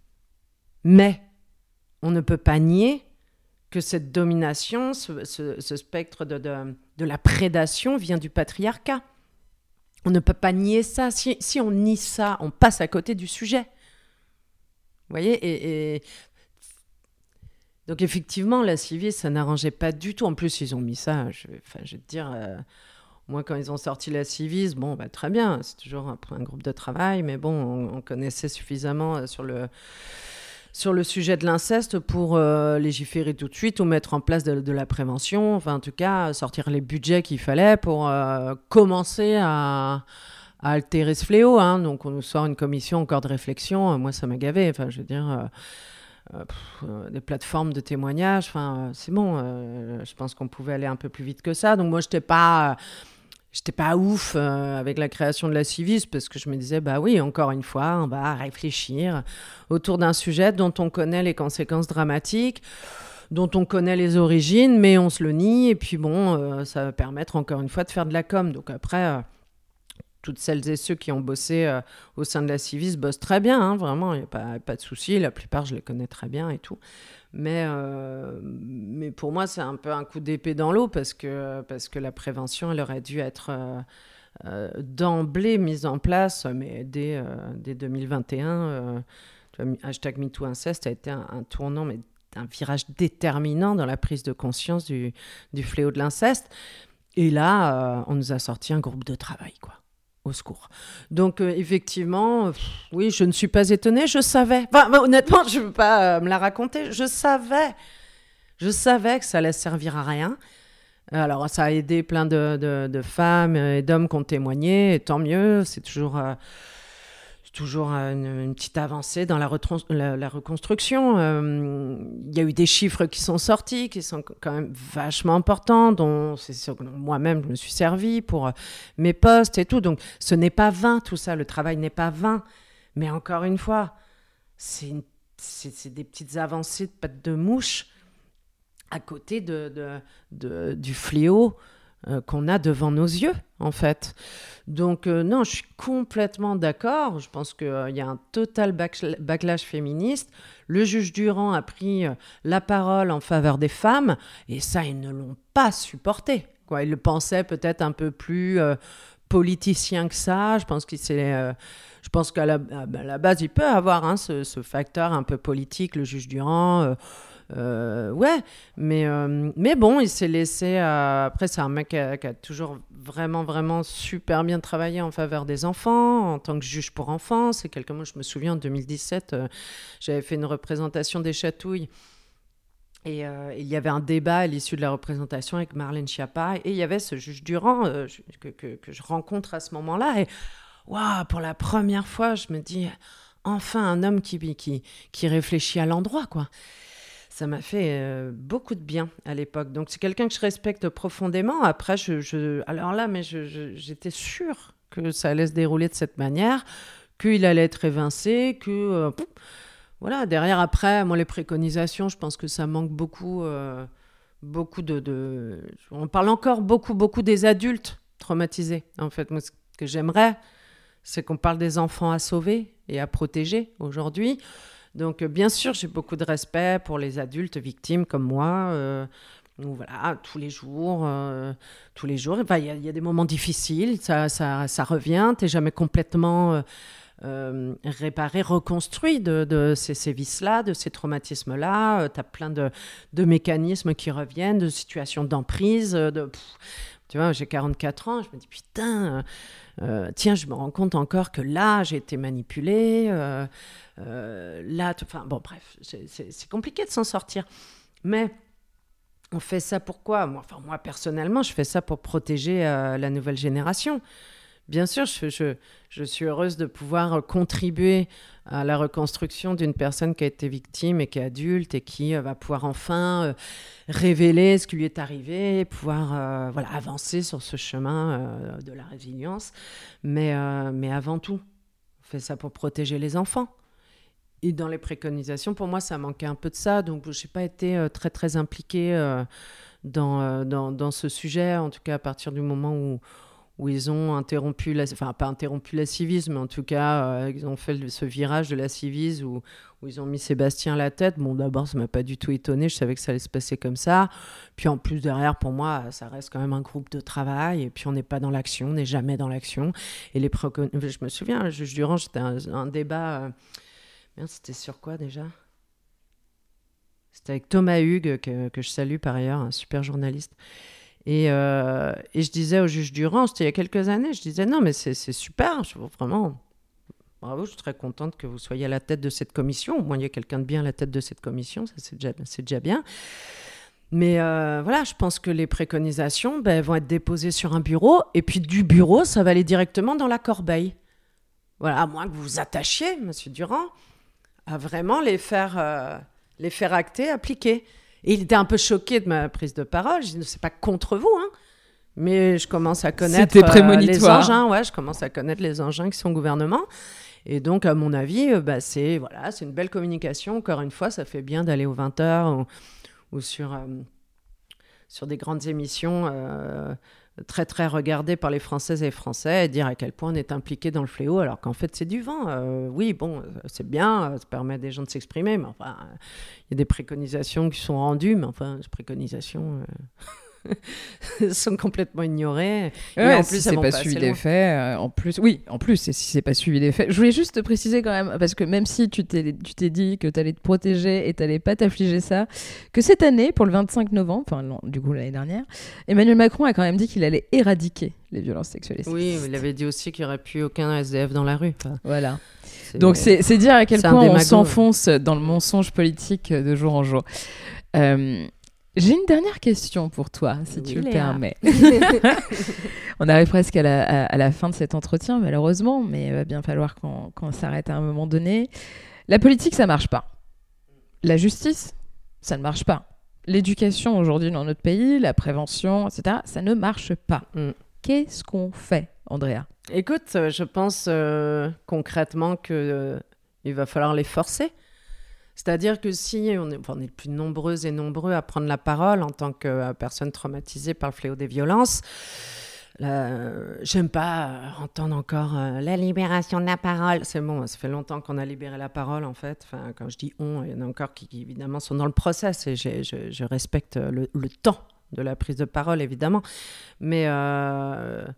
on ne peut pas nier que cette domination, ce spectre de la prédation vient du patriarcat. On ne peut pas nier ça. Si on nie ça, on passe à côté du sujet. Vous voyez, et donc effectivement, la Civis, ça n'arrangeait pas du tout. En plus, ils ont mis ça, je vais te dire... Moi, quand ils ont sorti la Civis, bon, très bien, c'est toujours un groupe de travail, mais bon, on connaissait suffisamment sur le sujet de l'inceste pour légiférer tout de suite ou mettre en place de la prévention, enfin, en tout cas, sortir les budgets qu'il fallait pour commencer à altérer ce fléau. Hein. Donc, on nous sort une commission encore de réflexion. Moi, ça m'a gavé. Enfin, je veux dire... des plateformes de témoignages, enfin, c'est bon, je pense qu'on pouvait aller un peu plus vite que ça. Donc moi, j'étais pas ouf avec la création de la Civis, parce que je me disais, bah oui, encore une fois, on va réfléchir autour d'un sujet dont on connaît les conséquences dramatiques, dont on connaît les origines, mais on se le nie, et puis bon, ça va permettre encore une fois de faire de la com. Donc après... toutes celles et ceux qui ont bossé au sein de la Civis bossent très bien, hein, vraiment, il n'y a pas de souci. La plupart, je les connais très bien et tout. Mais pour moi, c'est un peu un coup d'épée dans l'eau parce que la prévention, elle aurait dû être d'emblée mise en place, mais dès 2021. Hashtag #MeTooInceste a été un tournant, mais un virage déterminant dans la prise de conscience du fléau de l'inceste. Et là, on nous a sorti un groupe de travail, quoi. Au secours. Donc, effectivement, oui, je ne suis pas étonnée, je savais. Enfin, honnêtement, je ne veux pas me la raconter. Je savais que ça allait servir à rien. Alors, ça a aidé plein de femmes et d'hommes qui ont témoigné, et tant mieux. C'est toujours une petite avancée dans la reconstruction. Il y a eu des chiffres qui sont sortis, qui sont quand même vachement importants, dont moi-même je me suis servi pour mes postes et tout. Donc ce n'est pas vain tout ça, le travail n'est pas vain. Mais encore une fois, c'est des petites avancées de pattes de mouche à côté du fléau qu'on a devant nos yeux, en fait. Donc, non, je suis complètement d'accord. Je pense qu'il y a un total backlash féministe. Le juge Durand a pris la parole en faveur des femmes, et ça, ils ne l'ont pas supporté, quoi. Ils le pensaient peut-être un peu plus politicien que ça. Je pense qu'à la base, il peut avoir ce facteur un peu politique, le juge Durand. Ouais, mais bon, il s'est laissé... Après, c'est un mec qui a toujours vraiment, vraiment super bien travaillé en faveur des enfants, en tant que juge pour enfants. C'est quelqu'un, moi, je me souviens, en 2017, j'avais fait une représentation des Chatouilles. Et il y avait un débat à l'issue de la représentation avec Marlène Schiappa. Et il y avait ce juge Durand que je rencontre à ce moment-là. Et waouh, pour la première fois, je me dis, enfin, un homme qui réfléchit à l'endroit, quoi. Ça m'a fait beaucoup de bien à l'époque. Donc, c'est quelqu'un que je respecte profondément. Après, alors là, mais j'étais sûre que ça allait se dérouler de cette manière, qu'il allait être évincé, que... voilà, derrière, après, moi, les préconisations, je pense que ça manque beaucoup de... On parle encore beaucoup des adultes traumatisés. En fait, moi, ce que j'aimerais, c'est qu'on parle des enfants à sauver et à protéger aujourd'hui. Donc, bien sûr, j'ai beaucoup de respect pour les adultes victimes comme moi. Voilà, tous les jours. Enfin, il y a des moments difficiles, ça revient. Tu n'es jamais complètement réparé, reconstruit de ces sévices-là, de ces traumatismes-là. Tu as plein de mécanismes qui reviennent, de situations d'emprise. Tu vois, j'ai 44 ans, je me dis, putain, tiens, je me rends compte encore que là, j'ai été manipulée. Bon, bref, c'est compliqué de s'en sortir. Mais on fait ça pourquoi ? Moi, personnellement, je fais ça pour protéger la nouvelle génération. Bien sûr, je suis heureuse de pouvoir contribuer à la reconstruction d'une personne qui a été victime et qui est adulte et qui va pouvoir enfin révéler ce qui lui est arrivé, pouvoir avancer sur ce chemin de la résilience. Mais avant tout, on fait ça pour protéger les enfants. Et dans les préconisations, pour moi, ça manquait un peu de ça. Donc, je n'ai pas été très, très impliquée dans ce sujet, en tout cas à partir du moment où ils ont interrompu, pas interrompu la Civise, mais en tout cas, ils ont fait ce virage de la Civise où ils ont mis Sébastien à la tête. Bon, d'abord, ça ne m'a pas du tout étonnée, je savais que ça allait se passer comme ça. Puis en plus, derrière, pour moi, ça reste quand même un groupe de travail, et puis on n'est pas dans l'action, on n'est jamais dans l'action. Et je me souviens, le juge Durand, c'était un débat... Merde, c'était sur quoi déjà ? C'était avec Thomas Hugues, que je salue par ailleurs, un super journaliste. Et je disais au juge Durand, c'était il y a quelques années, je disais non mais c'est super, vraiment, bravo, je suis très contente que vous soyez à la tête de cette commission. Au moins il y a quelqu'un de bien à la tête de cette commission, ça c'est déjà bien. Mais je pense que les préconisations vont être déposées sur un bureau, et puis du bureau, ça va aller directement dans la corbeille. Voilà, à moins que vous vous attachiez, monsieur Durand, à vraiment les faire acter, appliquer. Et il était un peu choqué de ma prise de parole. Je dis, c'est pas contre vous, hein, mais je commence à connaître les engins. Ouais, je commence à connaître les engins qui sont au gouvernement. Et donc, à mon avis, c'est une belle communication. Encore une fois, ça fait bien d'aller aux 20h ou sur des grandes émissions très, très regardées par les Françaises et les Français et dire à quel point on est impliqué dans le fléau, alors qu'en fait, c'est du vent. Oui, bon, c'est bien, ça permet à des gens de s'exprimer, mais enfin, il y a des préconisations qui sont rendues, mais enfin, ces préconisations sont complètement ignorées. Et en plus, si c'est pas suivi des faits, en plus, et si c'est pas suivi des faits. Je voulais juste te préciser quand même, parce que même si tu t'es dit que t'allais te protéger et t'allais pas t'affliger ça, que cette année, pour le 25 novembre, enfin, non, du coup, l'année dernière, Emmanuel Macron a quand même dit qu'il allait éradiquer les violences sexuelles et sexistes. Oui, mais il avait dit aussi qu'il n'y aurait plus aucun SDF dans la rue. Enfin, voilà. Donc, c'est dire à quel point on s'enfonce dans le mensonge politique de jour en jour. J'ai une dernière question pour toi, si tu le permets. On arrive presque à la fin de cet entretien, malheureusement, mais il va bien falloir qu'on s'arrête à un moment donné. La politique, ça ne marche pas. La justice, ça ne marche pas. L'éducation aujourd'hui dans notre pays, la prévention, etc., ça ne marche pas. Qu'est-ce qu'on fait, Andrea ? Écoute, je pense concrètement qu'il va falloir les forcer. C'est-à-dire que si on est plus nombreuses et nombreux à prendre la parole en tant que personne traumatisée par le fléau des violences, j'aime pas entendre encore la libération de la parole. C'est bon, ça fait longtemps qu'on a libéré la parole en fait. Enfin, quand je dis on, il y en a encore qui évidemment sont dans le process et je respecte le temps de la prise de parole évidemment. Mais en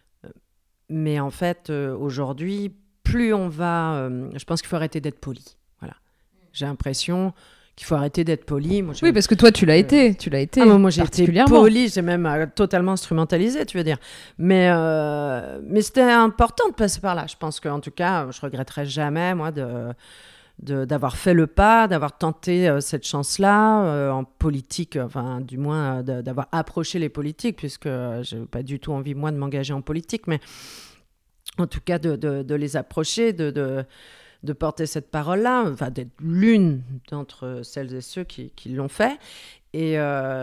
fait, aujourd'hui, plus on va... je pense qu'il faut arrêter d'être poli. J'ai l'impression qu'il faut arrêter d'être poli. Moi, oui, parce que toi, tu l'as été. Moi, j'ai été poli, j'ai même totalement instrumentalisé, tu veux dire. Mais c'était important de passer par là. Je pense qu'en tout cas, je ne regretterai jamais, moi, d'avoir fait le pas, d'avoir tenté cette chance-là en politique, enfin, du moins, d'avoir approché les politiques, puisque je n'ai pas du tout envie, moi, de m'engager en politique, mais en tout cas, de les approcher, de porter cette parole-là, enfin, d'être l'une d'entre celles et ceux qui l'ont fait. Et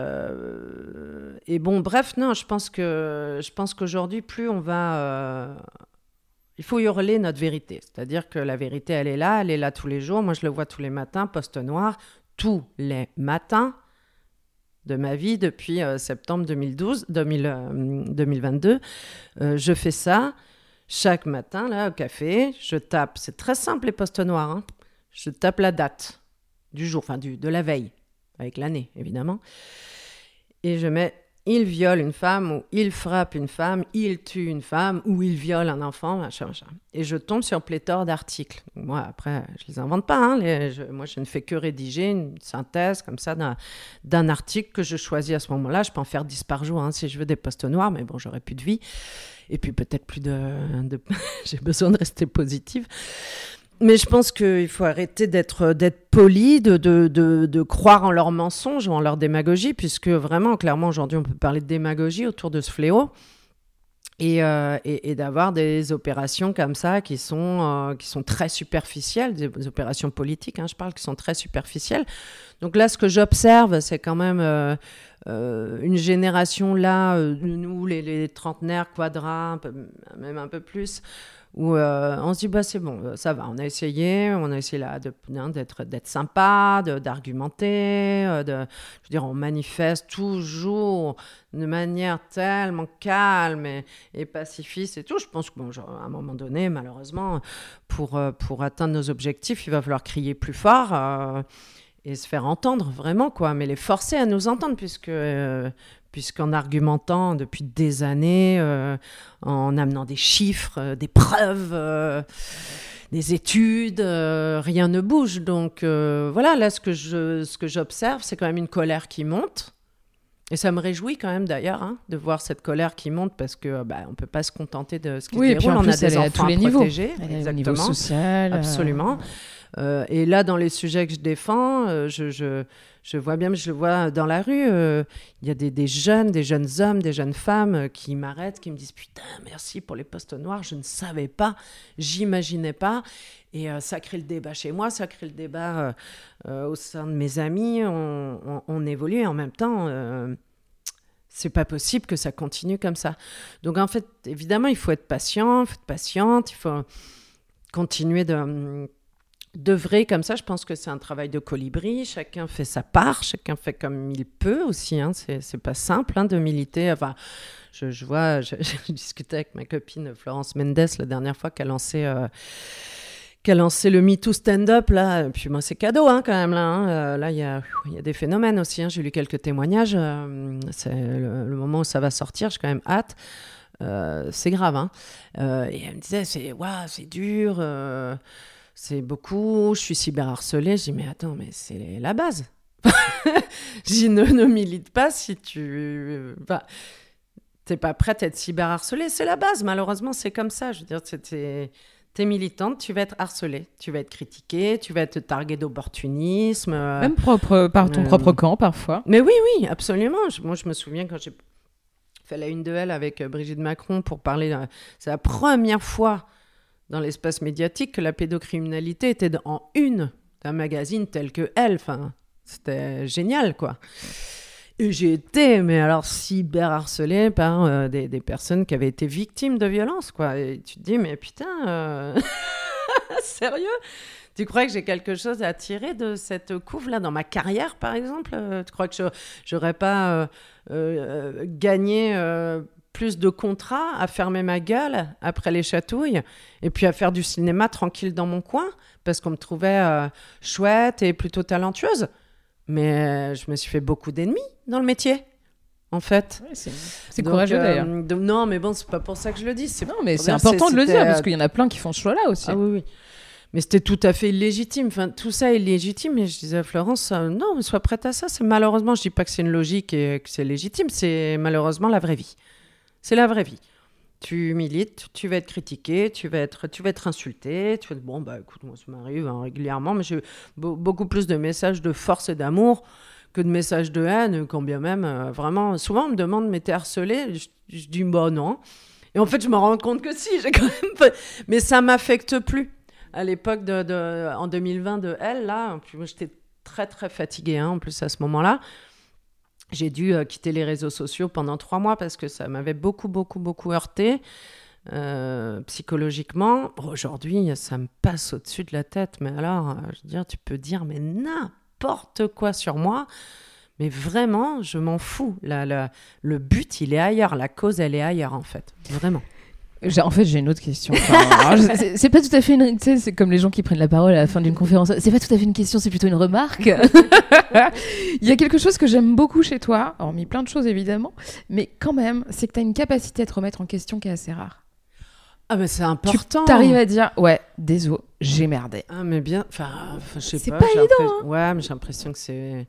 bon, bref, non, je pense qu'aujourd'hui, plus on va... il faut hurler notre vérité. C'est-à-dire que la vérité, elle est là tous les jours. Moi, je le vois tous les matins, poste noir, tous les matins de ma vie depuis septembre 2022. Je fais ça. Chaque matin, là, au café, je tape, c'est très simple les postes noirs, hein. Je tape la date du jour, enfin de la veille, avec l'année évidemment, et je mets « il viole une femme » ou « il frappe une femme »,« il tue une femme » ou « il viole un enfant », machin. Et je tombe sur pléthore d'articles. Moi, après, je les invente pas, hein, moi je ne fais que rédiger une synthèse comme ça d'un article que je choisis à ce moment-là. Je peux en faire 10 par jour, hein, si je veux des postes noirs, mais bon, j'aurai plus de vie. Et puis peut-être plus j'ai besoin de rester positive. Mais je pense qu'il faut arrêter d'être poli, de croire en leurs mensonges ou en leur démagogie, puisque vraiment, clairement, aujourd'hui, on peut parler de démagogie autour de ce fléau. et d'avoir des opérations comme ça qui sont très superficielles, des opérations politiques, je parle, qui sont très superficielles. Donc là, ce que j'observe, c'est quand même une génération là, nous, les trentenaires, quadras, même un peu plus, où on se dit, c'est bon, ça va, on a essayé là d'être sympa, d'argumenter, je veux dire, on manifeste toujours de manière tellement calme et pacifiste et tout. Je pense qu'à un moment donné, malheureusement, pour atteindre nos objectifs, il va falloir crier plus fort et se faire entendre, vraiment, quoi. Mais les forcer à nous entendre, puisqu'en argumentant depuis des années, en amenant des chiffres, des preuves, des études, rien ne bouge. Donc voilà, là, ce que j'observe, c'est quand même une colère qui monte. Et ça me réjouit quand même d'ailleurs de voir cette colère qui monte, parce que on peut pas se contenter de ce qui se déroule. On a des enfants à protéger, exactement, au niveau social, absolument. Et là, dans les sujets que je défends, je vois bien, je le vois dans la rue, il y a des jeunes hommes, des jeunes femmes qui m'arrêtent, qui me disent « Putain, merci pour les postes noirs, je ne savais pas, j'imaginais pas ». Et ça crée le débat chez moi, ça crée le débat au sein de mes amis, on évolue, et en même temps, c'est pas possible que ça continue comme ça. Donc en fait, évidemment, il faut être patient, il faut être patiente, il faut continuer d'œuvrer comme ça. Je pense que c'est un travail de colibri, chacun fait sa part, chacun fait comme il peut aussi, c'est pas simple de militer. Enfin, je vois, j'ai discuté avec ma copine Florence Mendes la dernière fois qu'elle a lancé le MeToo stand-up, là. Et puis moi, c'est cadeau, quand même, là. Là, il y a des phénomènes aussi, j'ai lu quelques témoignages. C'est le moment où ça va sortir, j'ai quand même hâte. C'est grave, et elle me disait, c'est dur, c'est beaucoup, je suis cyberharcelée. Je dis, mais attends, mais c'est la base. Je dis, ne milite pas si tu... t'es pas prête à être cyberharcelée, c'est la base. Malheureusement, c'est comme ça. Je veux dire, t'es militante, tu vas être harcelée, tu vas être critiquée, tu vas être targuée d'opportunisme. Même par ton propre camp, parfois. Mais oui, absolument. Moi, je me souviens quand j'ai fait la une de Elle avec Brigitte Macron pour parler... c'est la première fois dans l'espace médiatique que la pédocriminalité était en une d'un magazine tel que Elle. Enfin, c'était génial, quoi. Et j'ai été, mais alors, cyberharcelée par des personnes qui avaient été victimes de violences, quoi. Et tu te dis, mais putain, sérieux ? Tu crois que j'ai quelque chose à tirer de cette couve-là dans ma carrière, par exemple ? Tu crois que j'aurais pas gagné plus de contrats à fermer ma gueule après les chatouilles et puis à faire du cinéma tranquille dans mon coin parce qu'on me trouvait chouette et plutôt talentueuse ? Mais je me suis fait beaucoup d'ennemis dans le métier, en fait. Ouais, c'est courageux, d'ailleurs. Non, mais bon, c'est pas pour ça que je le dis. Non, mais c'est important de le dire, parce qu'il y en a plein qui font ce choix-là aussi. Ah oui. Mais c'était tout à fait illégitime. Enfin, tout ça est légitime. Et je disais à Florence, non, mais sois prête à ça. C'est malheureusement, je dis pas que c'est une logique et que c'est légitime. C'est malheureusement la vraie vie. C'est la vraie vie. Tu milites, tu vas être critiqué, tu vas être insulté, tu vas être, bon, écoute, moi ça m'arrive régulièrement, mais j'ai beaucoup plus de messages de force et d'amour que de messages de haine, quand bien même, vraiment, souvent on me demande, mais t'es harcelée ? Je dis, non. Et en fait, je me rends compte que si, j'ai quand même... Mais ça m'affecte plus. À l'époque, en 2020, de Elle, là, moi, j'étais très, très fatiguée, en plus, à ce moment-là. J'ai dû quitter les réseaux sociaux pendant 3 mois parce que ça m'avait beaucoup, beaucoup, beaucoup heurtée psychologiquement. Aujourd'hui, ça me passe au-dessus de la tête. Mais alors, je veux dire, tu peux dire mais n'importe quoi sur moi. Mais vraiment, je m'en fous. Le but, il est ailleurs. La cause, elle est ailleurs, en fait. Vraiment. En fait, j'ai une autre question. C'est pas tout à fait une... Tu sais, c'est comme les gens qui prennent la parole à la fin d'une conférence. C'est pas tout à fait une question, c'est plutôt une remarque. Il y a quelque chose que j'aime beaucoup chez toi, hormis plein de choses évidemment, mais quand même, c'est que tu as une capacité à te remettre en question qui est assez rare. Ah, mais c'est important. Tu arrives à dire, ouais, désolé, j'ai merdé. Ah, mais bien... Enfin, je sais pas. C'est pas évident. Ouais, mais j'ai l'impression que c'est...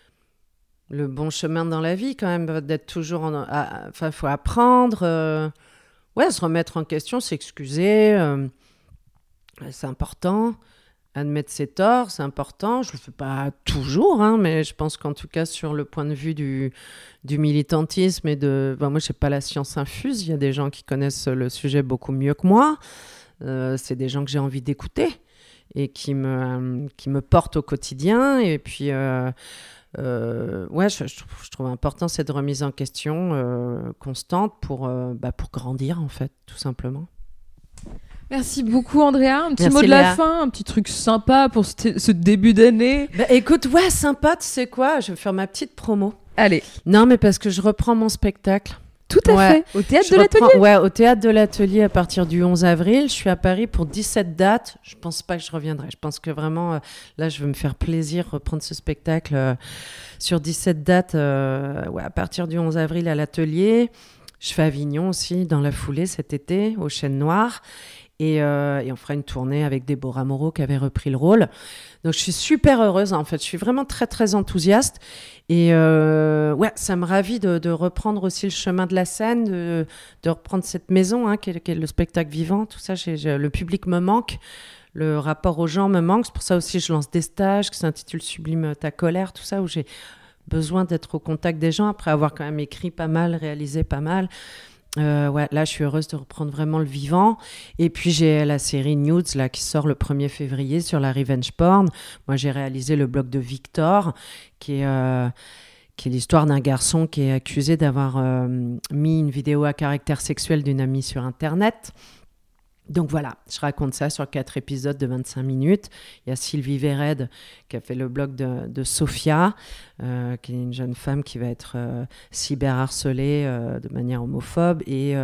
le bon chemin dans la vie, quand même, d'être toujours... Enfin, il faut apprendre... Ouais, se remettre en question, s'excuser, c'est important. admettre ses torts, c'est important. Je le fais pas toujours, hein, mais je pense qu'en tout cas, sur le point de vue du militantisme et moi, j'ai pas la science infuse. Il y a des gens qui connaissent le sujet beaucoup mieux que moi. C'est des gens que j'ai envie d'écouter et qui me portent au quotidien. Et puis, je trouve important cette remise en question constante pour grandir, en fait, tout simplement. Merci beaucoup, Andrea. Un petit Merci, mot de la Léa. fin, un petit truc sympa pour ce début d'année. Écoute, ouais, sympa, tu sais quoi, je vais faire ma petite promo. Allez, Non, mais parce que je reprends mon spectacle. tout à Ouais. fait. Au théâtre Je de l'Atelier. reprends- Ouais, au Théâtre de l'Atelier à partir du 11 avril. Je suis à Paris pour 17 dates. Je pense pas que je reviendrai. Je pense que vraiment, là, je veux me faire plaisir, reprendre ce spectacle sur 17 dates à partir du 11 avril à l'Atelier. Je fais Avignon aussi dans la foulée cet été, au Chêne Noir. Et on fera une tournée avec Déborah Moreau qui avait repris le rôle. Donc je suis super heureuse en fait. Je suis vraiment très très enthousiaste. Et ça me ravit de reprendre aussi le chemin de la scène, de reprendre cette maison qui est le spectacle vivant. Tout ça, le public me manque. Le rapport aux gens me manque. C'est pour ça aussi que je lance des stages qui s'intitulent Sublime ta colère, tout ça, où j'ai besoin d'être au contact des gens après avoir quand même écrit pas mal, réalisé pas mal. Là, je suis heureuse de reprendre vraiment le vivant. Et puis, j'ai la série Nudes là, qui sort le 1er février sur la revenge porn. Moi, j'ai réalisé le blog de Victor, qui est l'histoire d'un garçon qui est accusé d'avoir mis une vidéo à caractère sexuel d'une amie sur Internet. Donc voilà, je raconte ça sur 4 épisodes de 25 minutes. Il y a Sylvie Véred qui a fait le blog de Sophia, qui est une jeune femme qui va être cyberharcelée de manière homophobe, et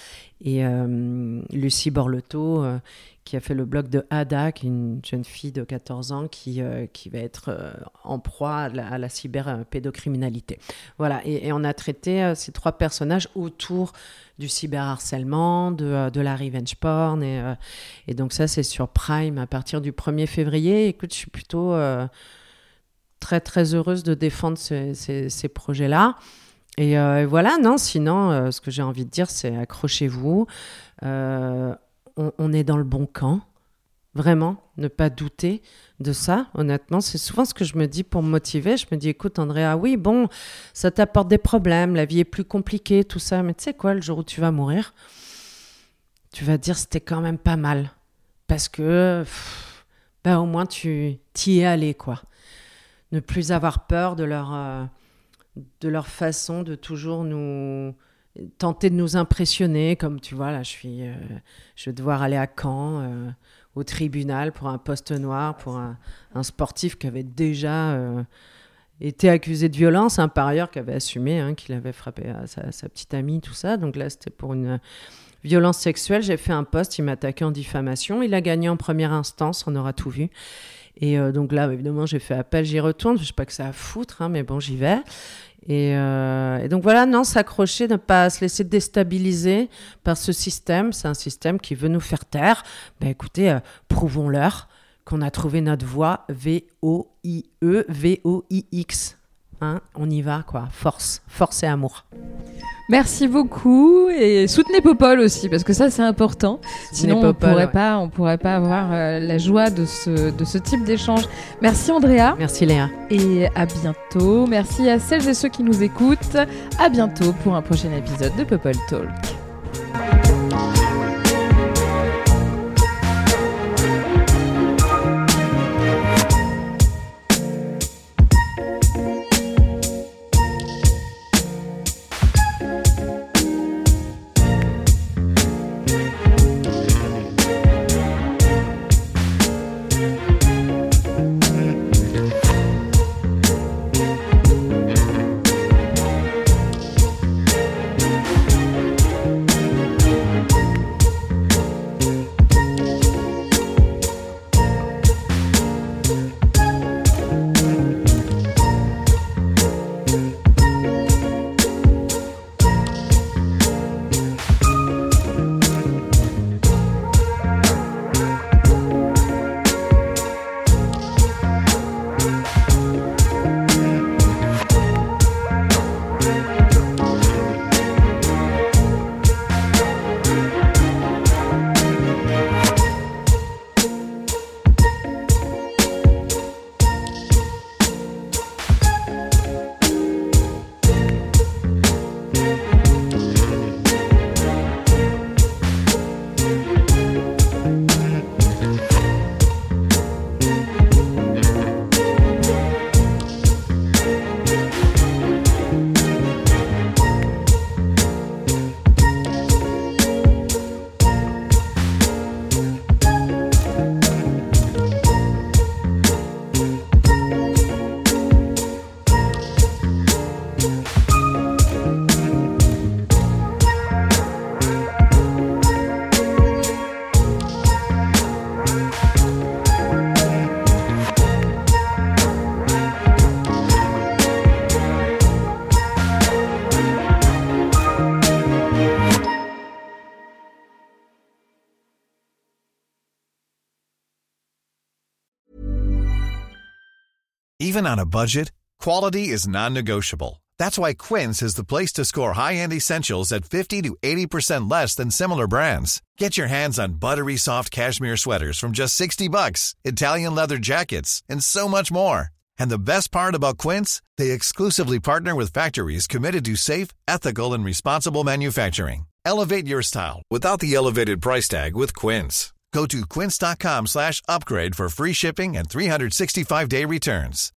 Lucie Borleto qui a fait le blog de Ada, qui est une jeune fille de 14 ans qui va être en proie à la cyberpédocriminalité. Voilà, et on a traité ces 3 personnages autour du cyberharcèlement, de la revenge porn. Et donc ça, c'est sur Prime à partir du 1er février. Écoute, je suis plutôt très, très heureuse de défendre ces projets-là. Et voilà, non, sinon, ce que j'ai envie de dire, c'est accrochez-vous. On est dans le bon camp. Vraiment, ne pas douter de ça. Honnêtement, c'est souvent ce que je me dis pour me motiver. Je me dis, écoute, Andrea, oui, bon, ça t'apporte des problèmes, la vie est plus compliquée, tout ça. Mais tu sais quoi, le jour où tu vas mourir, tu vas te dire, c'était quand même pas mal. Parce que, au moins, tu t'y es allé, quoi. Ne plus avoir peur de leur façon de toujours tenter de nous impressionner. Comme tu vois, là, je vais devoir aller à Caen, au tribunal pour un poste noir, pour un sportif qui avait déjà été accusé de violence, par ailleurs, qui avait assumé qu'il avait frappé sa petite amie, tout ça. Donc là, c'était pour une violence sexuelle. J'ai fait un poste, il m'a attaqué en diffamation. Il a gagné en première instance, on aura tout vu. Et donc là, évidemment, j'ai fait appel, j'y retourne. Je ne sais pas que ça a à foutre, mais bon, j'y vais. Et donc voilà, non, s'accrocher, ne pas se laisser déstabiliser par ce système. C'est un système qui veut nous faire taire. Écoutez, prouvons-leur qu'on a trouvé notre voie, V-O-I-E, V-O-I-X. On y va, quoi. Force et amour. Merci beaucoup et soutenez Popol aussi parce que ça c'est important. Sinon Popol, on pourrait pas avoir la joie de ce type d'échange. Merci Andrea. Merci Léa. Et à bientôt. Merci à celles et ceux qui nous écoutent. À bientôt pour un prochain épisode de Popol Talk. Even on a budget, quality is non-negotiable. That's why Quince is the place to score high-end essentials at 50 to 80% less than similar brands. Get your hands on buttery soft cashmere sweaters from just $60, Italian leather jackets, and so much more. And the best part about Quince, they exclusively partner with factories committed to safe, ethical, and responsible manufacturing. Elevate your style without the elevated price tag with Quince. Go to quince.com/upgrade for free shipping and 365-day returns.